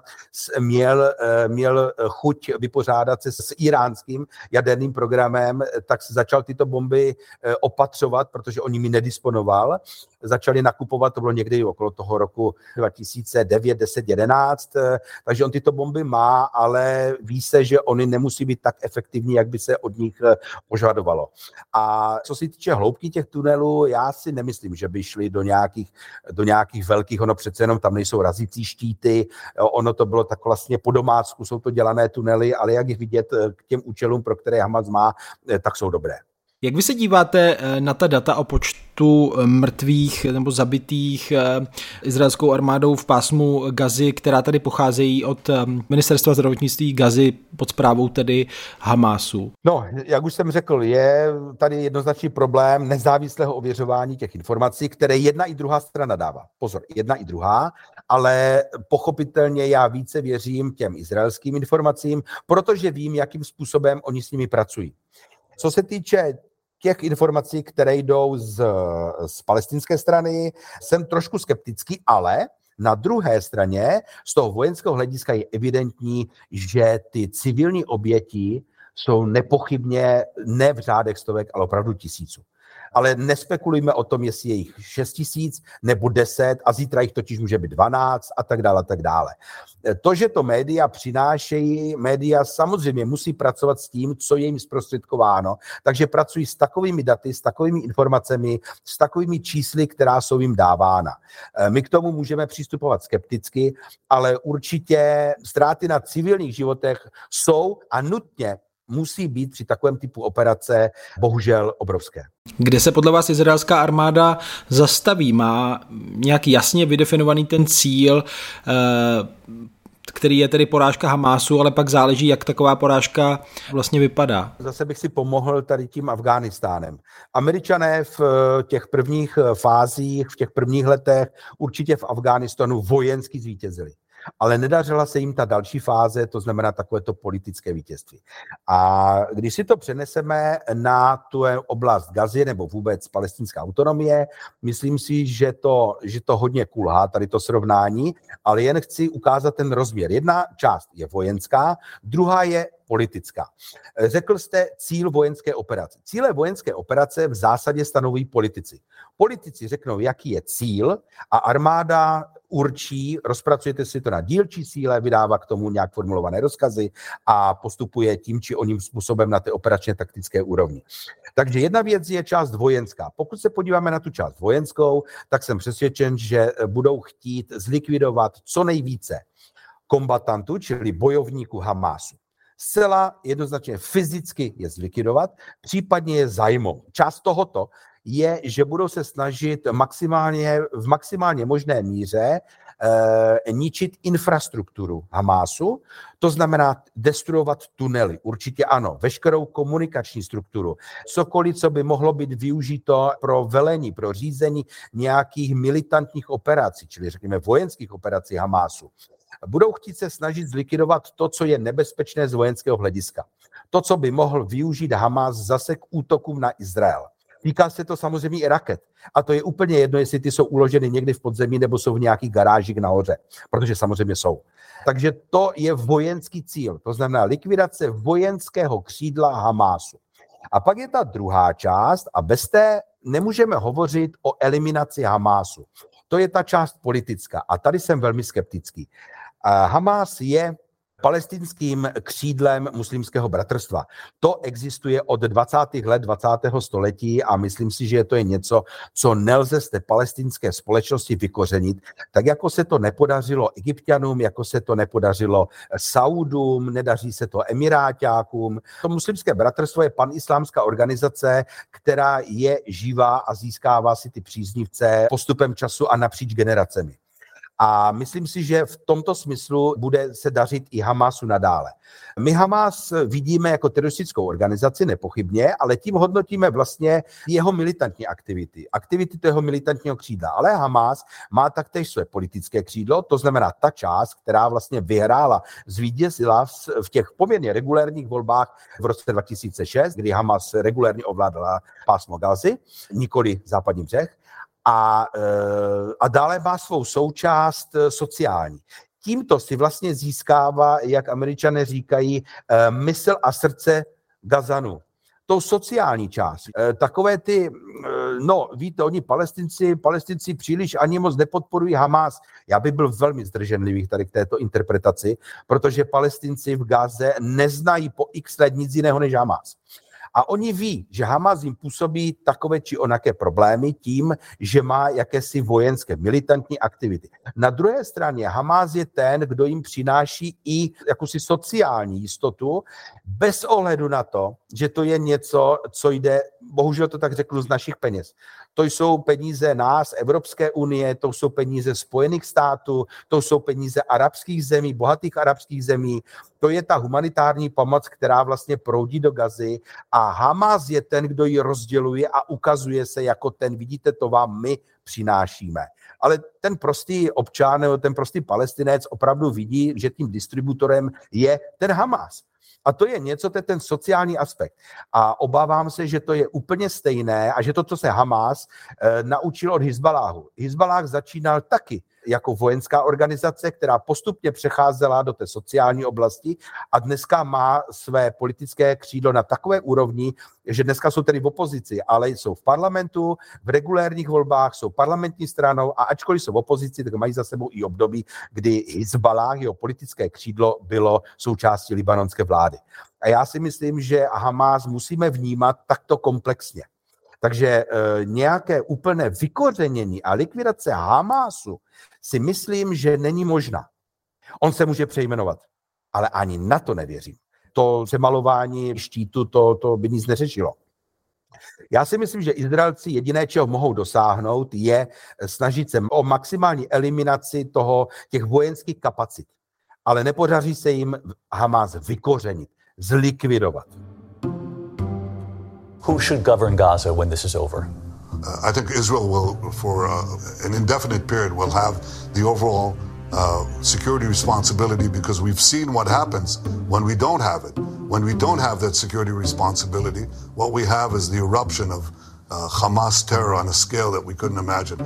měl chuť vypořádat se s iránským jaderným programem, tak se začal tyto bomby opatřovat, protože on jimi nedisponoval. Začali nakupovat, to bylo někdy okolo toho roku 2009, 10, 11, takže on tyto bomby má, ale ví se, že oni nemusí být tak efektivní, jak by se od nich požadovalo. A co se týče hloubky těch tunelů, já si nemyslím, že by šli do nějakých velkých, ono přece jenom tam nejsou razící štíty, ono to bylo tak vlastně po domácku, jsou to dělané tunely, ale jak je vidět k těm účelům, pro které Hamas má, tak jsou dobré. Jak vy se díváte na ta data o počtu mrtvých nebo zabitých izraelskou armádou v pásmu Gazy, která tady pocházejí od ministerstva zdravotnictví Gazy pod správou tedy Hamásu? No, jak už jsem řekl, je tady jednoznačný problém nezávislého ověřování těch informací, které jedna i druhá strana dává. Pozor, jedna i druhá, ale pochopitelně já více věřím těm izraelským informacím, protože vím, jakým způsobem oni s nimi pracují. Co se týče těch informací, které jdou z palestinské strany, jsem trošku skeptický, ale na druhé straně z toho vojenského hlediska je evidentní, že ty civilní oběti jsou nepochybně ne v řádech stovek, ale opravdu tisíců. Ale nespekulujme o tom, jestli je jich 6 000 nebo 10 a zítra jich totiž může být 12 a tak dále, a tak dále. To, že to média přinášejí, média samozřejmě musí pracovat s tím, co je jim zprostředkováno, takže pracují s takovými daty, s takovými informacemi, s takovými čísly, která jsou jim dávána. My k tomu můžeme přistupovat skepticky, ale určitě ztráty na civilních životech jsou a nutně musí být při takovém typu operace bohužel obrovské. Kde se podle vás izraelská armáda zastaví? Má nějak jasně vydefinovaný ten cíl, který je tedy porážka Hamásu, ale pak záleží, jak taková porážka vlastně vypadá. Zase bych si pomohl tady tím Afghánistánem. Američané v těch prvních fázích, v těch prvních letech určitě v Afghánistánu vojensky zvítězili. Ale nedařila se jim ta další fáze, to znamená takovéto politické vítězství. A když si to přeneseme na tu oblast Gazy nebo vůbec palestinská autonomie, myslím si, že to hodně kulhá, tady to srovnání, ale jen chci ukázat ten rozměr. Jedna část je vojenská, druhá je politická. Řekl jste cíl vojenské operace. Cíle vojenské operace v zásadě stanoví politici. Politici řeknou, jaký je cíl a armáda určí, rozpracujete si to na dílčí síle, vydává k tomu nějak formulované rozkazy a postupuje tím či oním způsobem na té operačně taktické úrovni. Takže jedna věc je část vojenská. Pokud se podíváme na tu část vojenskou, tak jsem přesvědčen, že budou chtít zlikvidovat co nejvíce kombatantů, čili bojovníků Hamásu. Zcela jednoznačně fyzicky je zlikvidovat, případně je zajmou. Část tohoto je, že budou se snažit v maximálně možné míře ničit infrastrukturu Hamásu, to znamená destruovat tunely, určitě ano, veškerou komunikační strukturu, cokoliv, co by mohlo být využito pro velení, pro řízení nějakých militantních operací, čili řekněme vojenských operací Hamásu. Budou chtít se snažit zlikvidovat to, co je nebezpečné z vojenského hlediska. To, co by mohl využít Hamas zase k útokům na Izrael. Týká se to samozřejmě i raket. A to je úplně jedno, jestli ty jsou uloženy někdy v podzemí nebo jsou v nějakých garážích nahoře, protože samozřejmě jsou. Takže to je vojenský cíl, to znamená likvidace vojenského křídla Hamásu. A pak je ta druhá část a bez té nemůžeme hovořit o eliminaci Hamásu. To je ta část politická a tady jsem velmi skeptický. Hamás je palestinským křídlem muslimského bratrstva. To existuje od 20. let 20. století a myslím si, že to je něco, co nelze z té palestinské společnosti vykořenit, tak jako se to nepodařilo Egypťanům, jako se to nepodařilo Saudům, nedaří se to Emiráťákům. To muslimské bratrstvo je panislámská organizace, která je živá a získává si ty příznivce postupem času a napříč generacemi. A myslím si, že v tomto smyslu bude se dařit i Hamasu nadále. My Hamas vidíme jako teroristickou organizaci, nepochybně, ale tím hodnotíme vlastně jeho militantní aktivity toho militantního křídla. Ale Hamas má taktéž své politické křídlo, to znamená ta část, která vlastně vyhrála, zvítězila v těch poměrně regulérních volbách v roce 2006, kdy Hamas regulérně ovládala pásmo Gazy, nikoli západní břeh. A dále má svou součást sociální. Tímto si vlastně získává, jak Američané říkají, mysl a srdce Gazanů. Tou sociální část. Takové ty, víte, oni palestinci příliš ani moc nepodporují Hamas. Já bych byl velmi zdrženlivý tady k této interpretaci, protože Palestinci v Gaze neznají po x let nic jiného než Hamas. A oni ví, že Hamas jim působí takové či onaké problémy tím, že má jakési vojenské militantní aktivity. Na druhé straně Hamas je ten, kdo jim přináší i jakousi sociální jistotu, bez ohledu na to, že to je něco, co jde, bohužel to tak řeknu, z našich peněz. To jsou peníze nás, Evropské unie, to jsou peníze Spojených států, to jsou peníze arabských zemí, bohatých arabských zemí. To je ta humanitární pomoc, která vlastně proudí do Gazy a Hamas je ten, kdo ji rozděluje a ukazuje se jako ten, vidíte, to vám my přinášíme. Ale ten prostý občan nebo ten prostý Palestinec opravdu vidí, že tím distributorem je ten Hamas. A to je něco, to je ten sociální aspekt. A obávám se, že to je úplně stejné a že to, co se Hamas naučil od Hizbaláhu. Hizbalách začínal taky jako vojenská organizace, která postupně přecházela do té sociální oblasti a dneska má své politické křídlo na takové úrovni, že dneska jsou tedy v opozici, ale jsou v parlamentu, v regulérních volbách, jsou parlamentní stranou a ačkoliv jsou v opozici, tak mají za sebou i období, kdy Hizbalách, jeho politické křídlo, bylo součástí libanonské vlády. A já si myslím, že Hamas musíme vnímat takto komplexně. Takže nějaké úplné vykořenění a likvidace Hamasu si myslím, že není možná. On se může přejmenovat, ale ani na to nevěřím. To přemalování štítu, to by nic neřešilo. Já si myslím, že Izraelci jediné, čeho mohou dosáhnout, je snažit se o maximální eliminaci těch vojenských kapacit. Ale nepodaří se jim Hamas vykořenit, zlikvidovat. Who should govern Gaza when this is over? I think Israel will, for an indefinite period, will have the overall security responsibility because we've seen what happens when we don't have it. When we don't have that security responsibility, what we have is the eruption of Hamas terror on a scale that we couldn't imagine.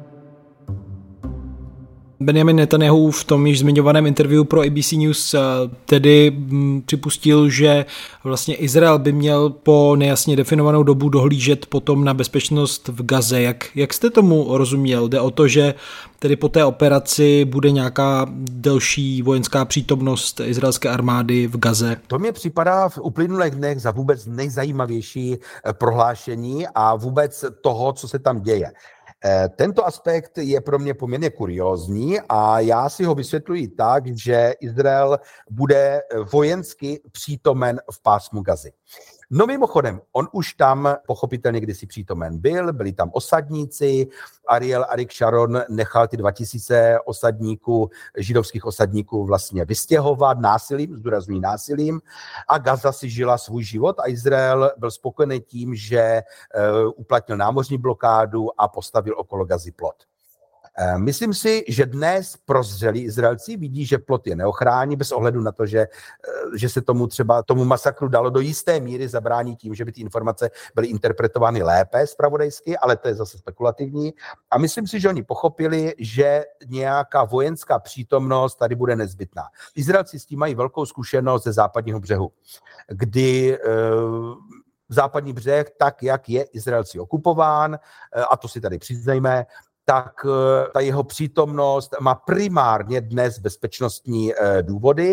Benjamin Netanyahu v tom již zmiňovaném interview pro ABC News tedy připustil, že vlastně Izrael by měl po nejasně definovanou dobu dohlížet potom na bezpečnost v Gaze. Jak jste tomu rozuměl? Jde o to, že tedy po té operaci bude nějaká delší vojenská přítomnost izraelské armády v Gaze? To mě připadá v uplynulých dnech za vůbec nejzajímavější prohlášení a vůbec toho, co se tam děje. Tento aspekt je pro mě poměrně kuriózní a já si ho vysvětluji tak, že Izrael bude vojensky přítomen v pásmu Gazy. No mimochodem, on už tam pochopitelně kdysi přítomen byl, byli tam osadníci, Arik Sharon nechal ty 2000 židovských osadníků vlastně vystěhovat násilím, zdůrazňuji násilím, a Gaza si žila svůj život a Izrael byl spokojený tím, že uplatnil námořní blokádu a postavil okolo Gazy plot. Myslím si, že dnes prozřelí Izraelci vidí, že plot je neochrání, bez ohledu na to, že se tomu masakru dalo do jisté míry zabránit tím, že by ty informace byly interpretovány lépe zpravodajsky, ale to je zase spekulativní. A myslím si, že oni pochopili, že nějaká vojenská přítomnost tady bude nezbytná. Izraelci s tím mají velkou zkušenost ze západního břehu, kdy západní břeh, tak jak je Izraelci okupován, a to si tady přiznejme, tak ta jeho přítomnost má primárně dnes bezpečnostní důvody.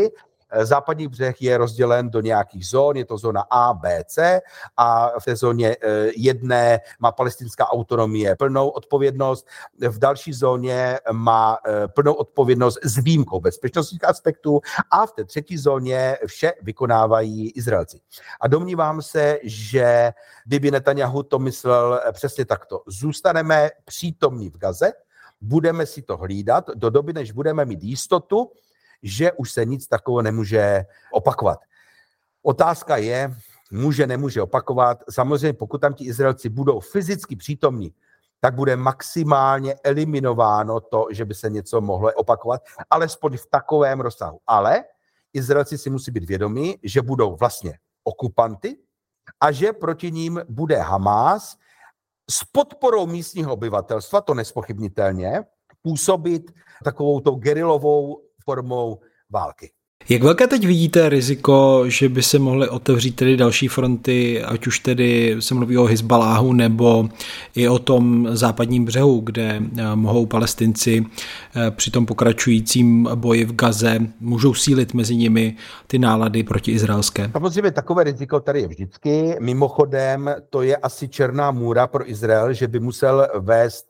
Západní břeh je rozdělen do nějakých zón, je to zóna A, B, C a v té zóně jedné má palestinská autonomie plnou odpovědnost, v další zóně má plnou odpovědnost s výjimkou bezpečnostních aspektů a v té třetí zóně vše vykonávají Izraelci. A domnívám se, že Bibi Netanjahu to myslel přesně takto. Zůstaneme přítomní v Gaze, budeme si to hlídat do doby, než budeme mít jistotu, že už se nic takového nemůže opakovat. Otázka je, může, nemůže opakovat. Samozřejmě, pokud tam ti Izraelci budou fyzicky přítomní, tak bude maximálně eliminováno to, že by se něco mohlo opakovat, alespoň v takovém rozsahu. Ale Izraelci si musí být vědomí, že budou vlastně okupanty a že proti ním bude Hamás s podporou místního obyvatelstva, to nespochybnitelně, působit takovou tou gerilovou formou války. Jak velké teď vidíte riziko, že by se mohly otevřít tedy další fronty, ať už tedy se mluví o Hizbaláhu nebo i o tom západním břehu, kde mohou Palestinci při tom pokračujícím boji v Gaze můžou sílit mezi nimi ty nálady protiizraelské? Samozřejmě takové riziko tady je vždycky. Mimochodem, to je asi černá můra pro Izrael, že by musel vést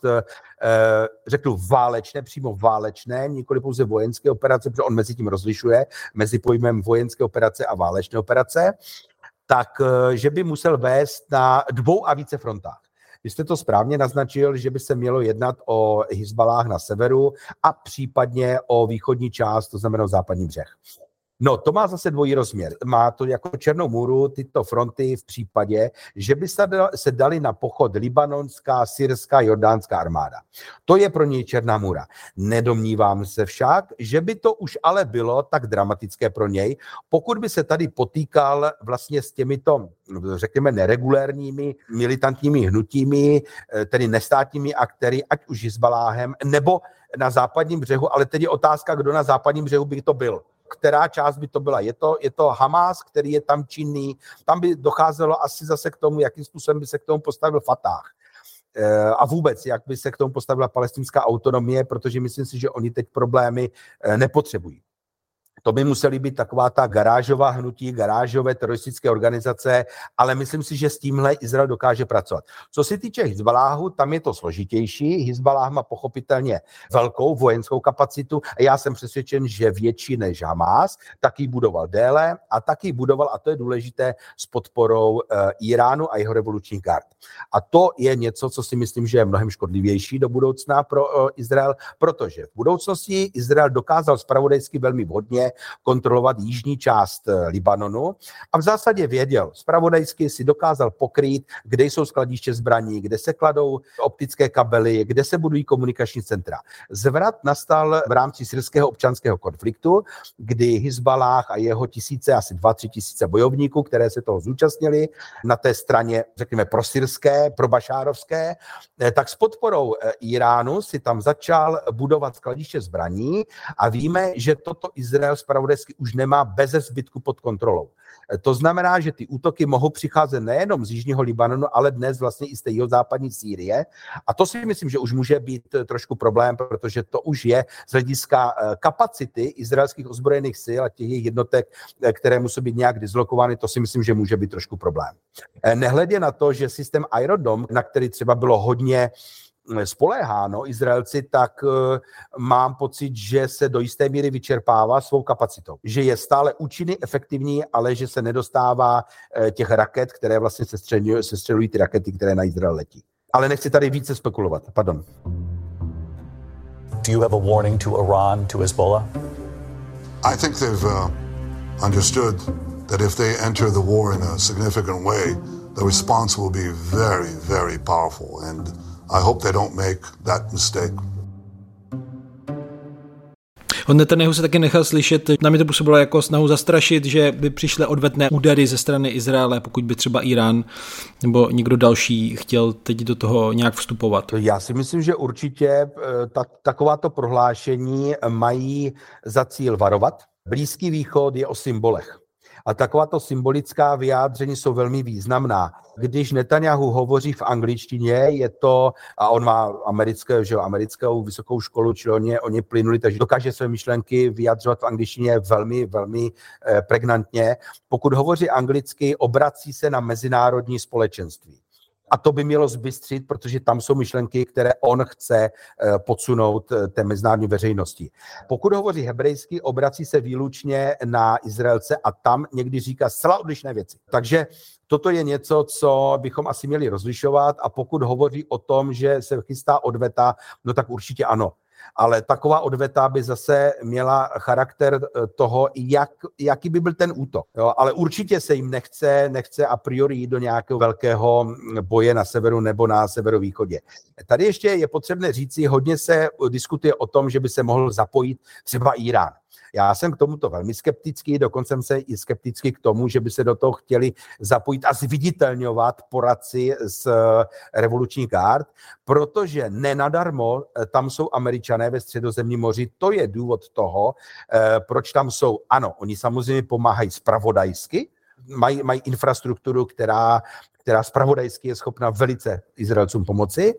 řeknu válečné, přímo válečné, nikoli pouze vojenské operace, protože on mezi tím rozlišuje, mezi pojmem vojenské operace a válečné operace, tak že by musel vést na 2 a více frontách. Vy jste to správně naznačil, že by se mělo jednat o Hizbalách na severu a případně o východní část, to znamená západní břeh. No, to má zase dvojí rozměr. Má to jako černou můru tyto fronty v případě, že by se dali na pochod libanonská, syrská, jordánská armáda. To je pro něj černá můra. Nedomnívám se však, že by to už ale bylo tak dramatické pro něj, pokud by se tady potýkal vlastně s těmito, řekněme, neregulérními militantními hnutími, tedy nestátními aktéry, ať už Hizbaláhem, nebo na západním břehu, ale teď je otázka, kdo na západním břehu by to byl. Která část by to byla. Je to Hamás, který je tam činný. Tam by docházelo asi zase k tomu, jakým způsobem by se k tomu postavil Fatah. A vůbec, jak by se k tomu postavila palestinská autonomie, protože myslím si, že oni teď problémy nepotřebují. To by musely být taková ta garážová hnutí, garážové teroristické organizace, ale myslím si, že s tímhle Izrael dokáže pracovat. Co se týče Hizbaláhu, tam je to složitější. Hizbalách má pochopitelně velkou vojenskou kapacitu a já jsem přesvědčen, že větší než Hamás, taky budoval déle a taky budoval, a to je důležité, s podporou Iránu a jeho revolučních gard. A to je něco, co si myslím, že je mnohem škodlivější do budoucna pro Izrael, protože v budoucnosti Izrael dokázal zpravodajsky velmi vhodně kontrolovat jižní část Libanonu a v zásadě věděl, zpravodajsky si dokázal pokrýt, kde jsou skladiště zbraní, kde se kladou optické kabely, kde se budují komunikační centra. Zvrat nastal v rámci syrského občanského konfliktu, kdy Hizbalách a jeho tisíce, asi 2-3 tisíce bojovníků, které se toho zúčastnili na té straně, řekněme, prosyrské, probašárovské, tak s podporou Iránu si tam začal budovat skladiště zbraní a víme, že toto Izrael zpravodajsky už nemá beze zbytku pod kontrolou. To znamená, že ty útoky mohou přicházet nejenom z jižního Libanonu, ale dnes vlastně i z té jihozápadní Sýrie. A to si myslím, že už může být trošku problém, protože to už je z hlediska kapacity izraelských ozbrojených sil a těch jednotek, které musí být nějak dislokovány, to si myslím, že může být trošku problém. Nehledě na to, že systém Iron Dome, na který třeba bylo hodně spoléháno Izraelci, tak mám pocit, že se do jisté míry vyčerpává svou kapacitou. Že je stále účinný, efektivní, ale že se nedostává těch raket, které vlastně sestřelují ty rakety, které na Izrael letí. Ale nechci tady více spekulovat. Pardon. Do you have a warning to Iran, to Hezbollah? I think they've understood that if they enter the war in a significant way, the response will be very, very powerful. And I hope they don't make that mistake. Od Netanyahu se taky nechal slyšet, na mě to působilo jako snahu zastrašit, že by přišly odvetné údery ze strany Izraele, pokud by třeba Irán nebo někdo další chtěl teď do toho nějak vstupovat. Já si myslím, že určitě takováto prohlášení mají za cíl varovat. Blízký východ je o symbolech. A takováto symbolická vyjádření jsou velmi významná. Když Netanyahu hovoří v angličtině, je to, a on má americkou vysokou školu, čili oni plynuli, takže dokáže své myšlenky vyjadřovat v angličtině velmi, velmi pregnantně. Pokud hovoří anglicky, obrací se na mezinárodní společenství. A to by mělo zbystřit, protože tam jsou myšlenky, které on chce podsunout té mezinárodní veřejnosti. Pokud hovoří hebrejsky, obrací se výlučně na Izraelce a tam někdy říká zcela odlišné věci. Takže toto je něco, co bychom asi měli rozlišovat, a pokud hovoří o tom, že se chystá odveta, no tak určitě ano. Ale taková odveta by zase měla charakter toho, jaký by byl ten útok. Jo? Ale určitě se jim nechce a priori jít do nějakého velkého boje na severu nebo na severovýchodě. Tady ještě je potřebné říci, hodně se diskutuje o tom, že by se mohl zapojit třeba Irán. Já jsem k tomuto velmi skeptický, dokonce jsem se i skeptický k tomu, že by se do toho chtěli zapojit a zviditelňovat poradci z revolučních gard, protože nenadarmo tam jsou Američané ve Středozemním moři. To je důvod toho, proč tam jsou. Ano, oni samozřejmě pomáhají zpravodajsky, mají infrastrukturu, která zpravodajsky je schopna velice Izraelcům pomoci,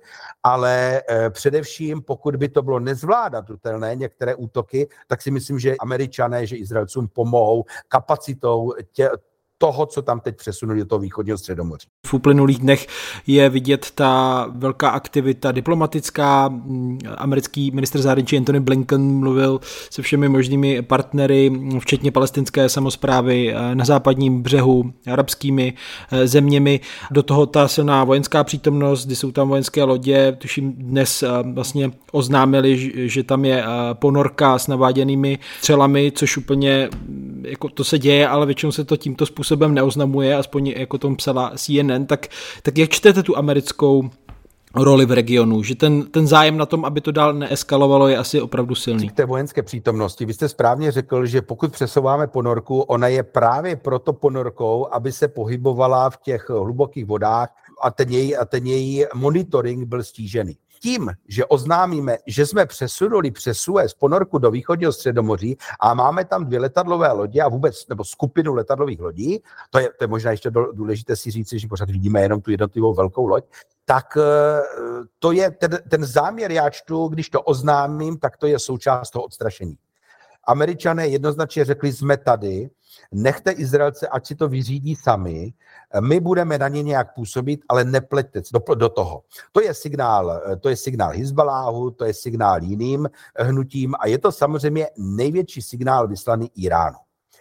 ale především, pokud by to bylo nezvládatelné některé útoky, tak si myslím, že Američané, že Izraelcům pomohou kapacitou toho, co tam teď přesunuli do toho východního Středomoří. V uplynulých dnech je vidět ta velká aktivita diplomatická. Americký ministr zahraničí Antony Blinken mluvil se všemi možnými partnery, včetně palestinské samosprávy na západním břehu, arabskými zeměmi. Do toho ta silná vojenská přítomnost, kdy jsou tam vojenské lodě. Tuším dnes vlastně oznámili, že tam je ponorka s naváděnými střelami, což úplně jako to se děje, ale většinou se to tímto způsobem neoznamuje, aspoň jako tom psala CNN, tak jak čtete tu americkou roli v regionu, že ten zájem na tom, aby to dál neeskalovalo, je asi opravdu silný. K té vojenské přítomnosti. Vy jste správně řekl, že pokud přesouváme ponorku, ona je právě proto ponorkou, aby se pohybovala v těch hlubokých vodách a ten její monitoring byl stížený. Tím, že oznámíme, že jsme přesunuli přes Suez ponorku do východního Středomoří a máme tam 2 letadlové lodě a vůbec, nebo skupinu letadlových lodí, to je možná ještě důležité si říct, že pořád vidíme jenom tu jednotlivou velkou loď, tak to je ten záměr, já čtu, když to oznámím, tak to je součást toho odstrašení. Američané jednoznačně řekli, jsme tady, nechte Izraelce, ať si to vyřídí sami, my budeme na ně nějak působit, ale nepleťte do toho. To je signál Hizbaláhu, to je signál jiným hnutím a je to samozřejmě největší signál vyslaný Iránu.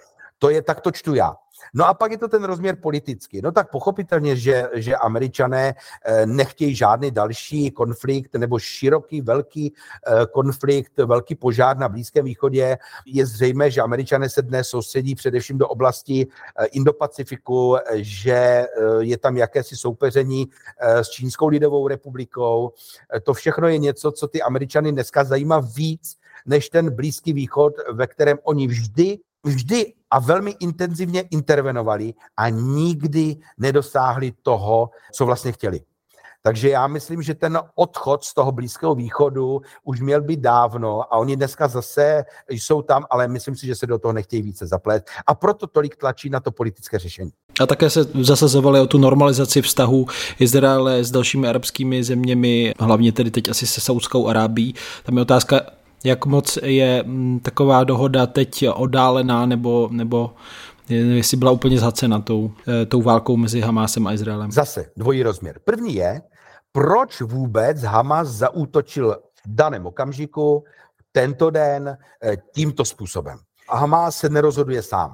Tak to čtu já. No a pak je to ten rozměr politický. No tak pochopitelně, že Američané nechtějí žádný další konflikt nebo široký, velký konflikt, velký požár na Blízkém východě. Je zřejmé, že Američané se dnes soustředí především do oblasti Indo-Pacifiku, že je tam jakési soupeření s Čínskou lidovou republikou. To všechno je něco, co ty Američany dneska zajímá víc, než ten Blízký východ, ve kterém oni vždy a velmi intenzivně intervenovali a nikdy nedosáhli toho, co vlastně chtěli. Takže já myslím, že ten odchod z toho Blízkého východu už měl být dávno a oni dneska zase jsou tam, ale myslím si, že se do toho nechtějí více zaplet a proto tolik tlačí na to politické řešení. A také se zasazovali o tu normalizaci vztahů Izraele s dalšími arabskými zeměmi, hlavně tedy teď asi se Saudskou Arábií. Tam je otázka, jak moc je taková dohoda teď oddálená, nebo jestli byla úplně zhacena tou válkou mezi Hamásem a Izraelem? Zase dvojí rozměr. První je, proč vůbec Hamás zaútočil v daném okamžiku, tento den, tímto způsobem. A Hamás se nerozhoduje sám.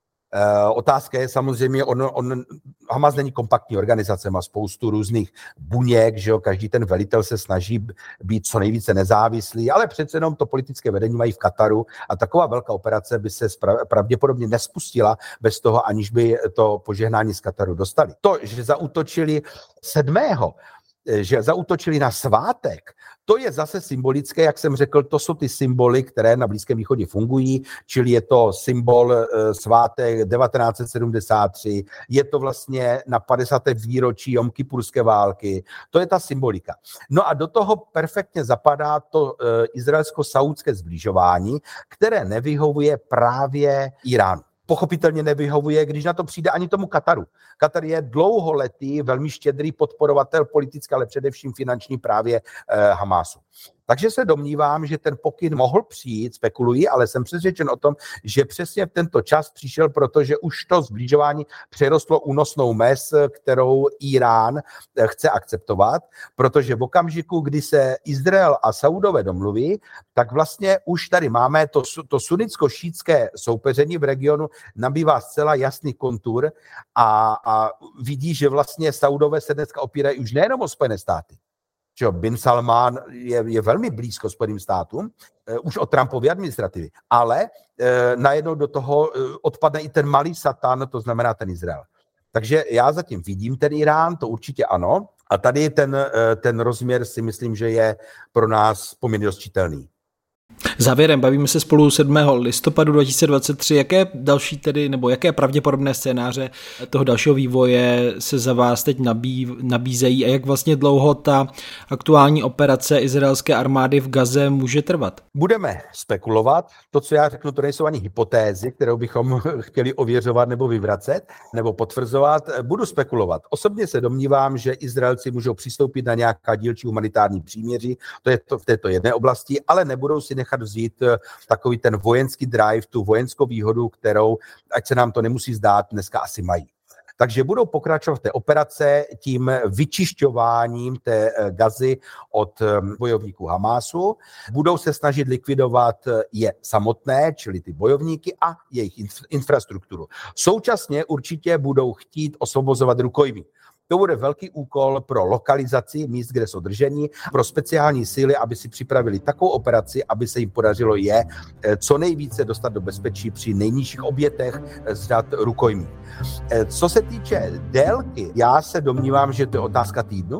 Otázka je samozřejmě, Hamas není kompaktní organizace, má spoustu různých buněk, že jo, každý ten velitel se snaží být co nejvíce nezávislý, ale přece jenom to politické vedení mají v Kataru a taková velká operace by se pravděpodobně nespustila bez toho, aniž by to požehnání z Kataru dostali. To, že zaútočili 7., že zaútočili na svátek, to je zase symbolické, jak jsem řekl, to jsou ty symboly, které na Blízkém východě fungují, čili je to symbol svátek 1973, je to vlastně na 50. výročí Jomkipurské války, to je ta symbolika. No a do toho perfektně zapadá to izraelsko-saúdské zbližování, které nevyhovuje právě Iránu. pochopitelně nevyhovuje, když na to přijde ani tomu Kataru. Katar je dlouholetý, velmi štědrý podporovatel politické, ale především finanční právě Hamásu. Takže se domnívám, že ten pokyn mohl přijít, spekuluji, ale jsem přesvědčen o tom, že přesně v tento čas přišel, protože už to zbližování přerostlo únosnou mez, kterou Irán chce akceptovat, protože v okamžiku, kdy se Izrael a Saudové domluví, tak vlastně už tady máme to sunnicko-šítské soupeření v regionu nabývá zcela jasný kontur a vidí, že vlastně Saudové se dneska opírají už nejenom o Spojené státy. Bin Salman je velmi blízko Spojeným státům, už od Trumpovy administrativy, ale najednou do toho odpadne i ten malý satan, to znamená ten Izrael. Takže já zatím vidím ten Irán, to určitě ano, a tady ten rozměr si myslím, že je pro nás poměrně dost čitelný. Závěrem, bavíme se spolu 7. listopadu 2023. Jaké další tedy, nebo jaké pravděpodobné scénáře toho dalšího vývoje se za vás teď nabízejí a jak vlastně dlouho ta aktuální operace izraelské armády v Gaze může trvat? Budeme spekulovat. To, co já řeknu, to nejsou ani hypotézy, kterou bychom chtěli ověřovat nebo vyvracet, nebo potvrzovat. Budu spekulovat. Osobně se domnívám, že Izraelci můžou přistoupit na nějaká dílčí humanitární příměří, to je to v této jedné oblasti, ale nebudou si nechat vzít takový ten vojenský drive, tu vojenskou výhodu, kterou, ať se nám to nemusí zdát, dneska asi mají. Takže budou pokračovat té operace tím vyčišťováním té Gazy od bojovníků Hamásu. Budou se snažit likvidovat je samotné, čili ty bojovníky a jejich infrastrukturu. Současně určitě budou chtít osvobozovat rukojmí. To bude velký úkol pro lokalizaci míst, kde jsou držení, pro speciální síly, aby si připravili takovou operaci, aby se jim podařilo je co nejvíce dostat do bezpečí při nejnižších obětech z řad rukojmí. Co se týče délky, já se domnívám, že to je otázka týdnu.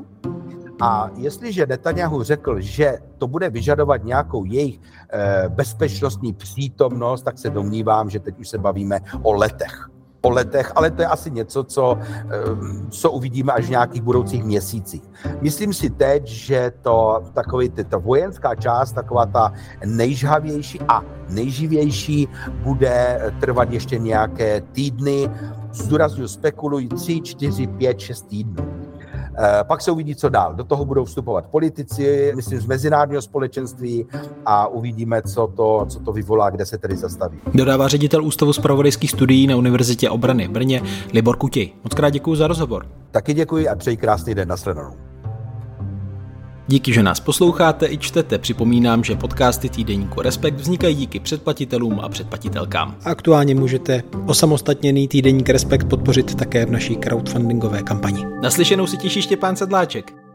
A jestliže Netanjahu řekl, že to bude vyžadovat nějakou jejich bezpečnostní přítomnost, tak se domnívám, že teď už se bavíme o letech, ale to je asi něco, co uvidíme až v nějakých budoucích měsících. Myslím si teď, že ta vojenská část, taková ta nejžhavější a nejživější, bude trvat ještě nějaké týdny, zdůrazňuji, spekuluji 3, 4, 5, 6 týdnů. Pak se uvidí, co dál. Do toho budou vstupovat politici, myslím, z mezinárodního společenství a uvidíme, co to vyvolá, kde se tedy zastaví. Dodává ředitel Ústavu zpravodajských studií na Univerzitě obrany v Brně Libor Kutěj. Moc krát děkuji za rozhovor. Taky děkuji a přeji krásný den, nashledanou. Díky, že nás posloucháte i čtete. Připomínám, že podcasty týdeníku Respekt vznikají díky předplatitelům a předplatitelkám. Aktuálně můžete osamostatněný týdeník Respekt podpořit také v naší crowdfundingové kampani. Naslyšenou si těší Štěpán Sedláček.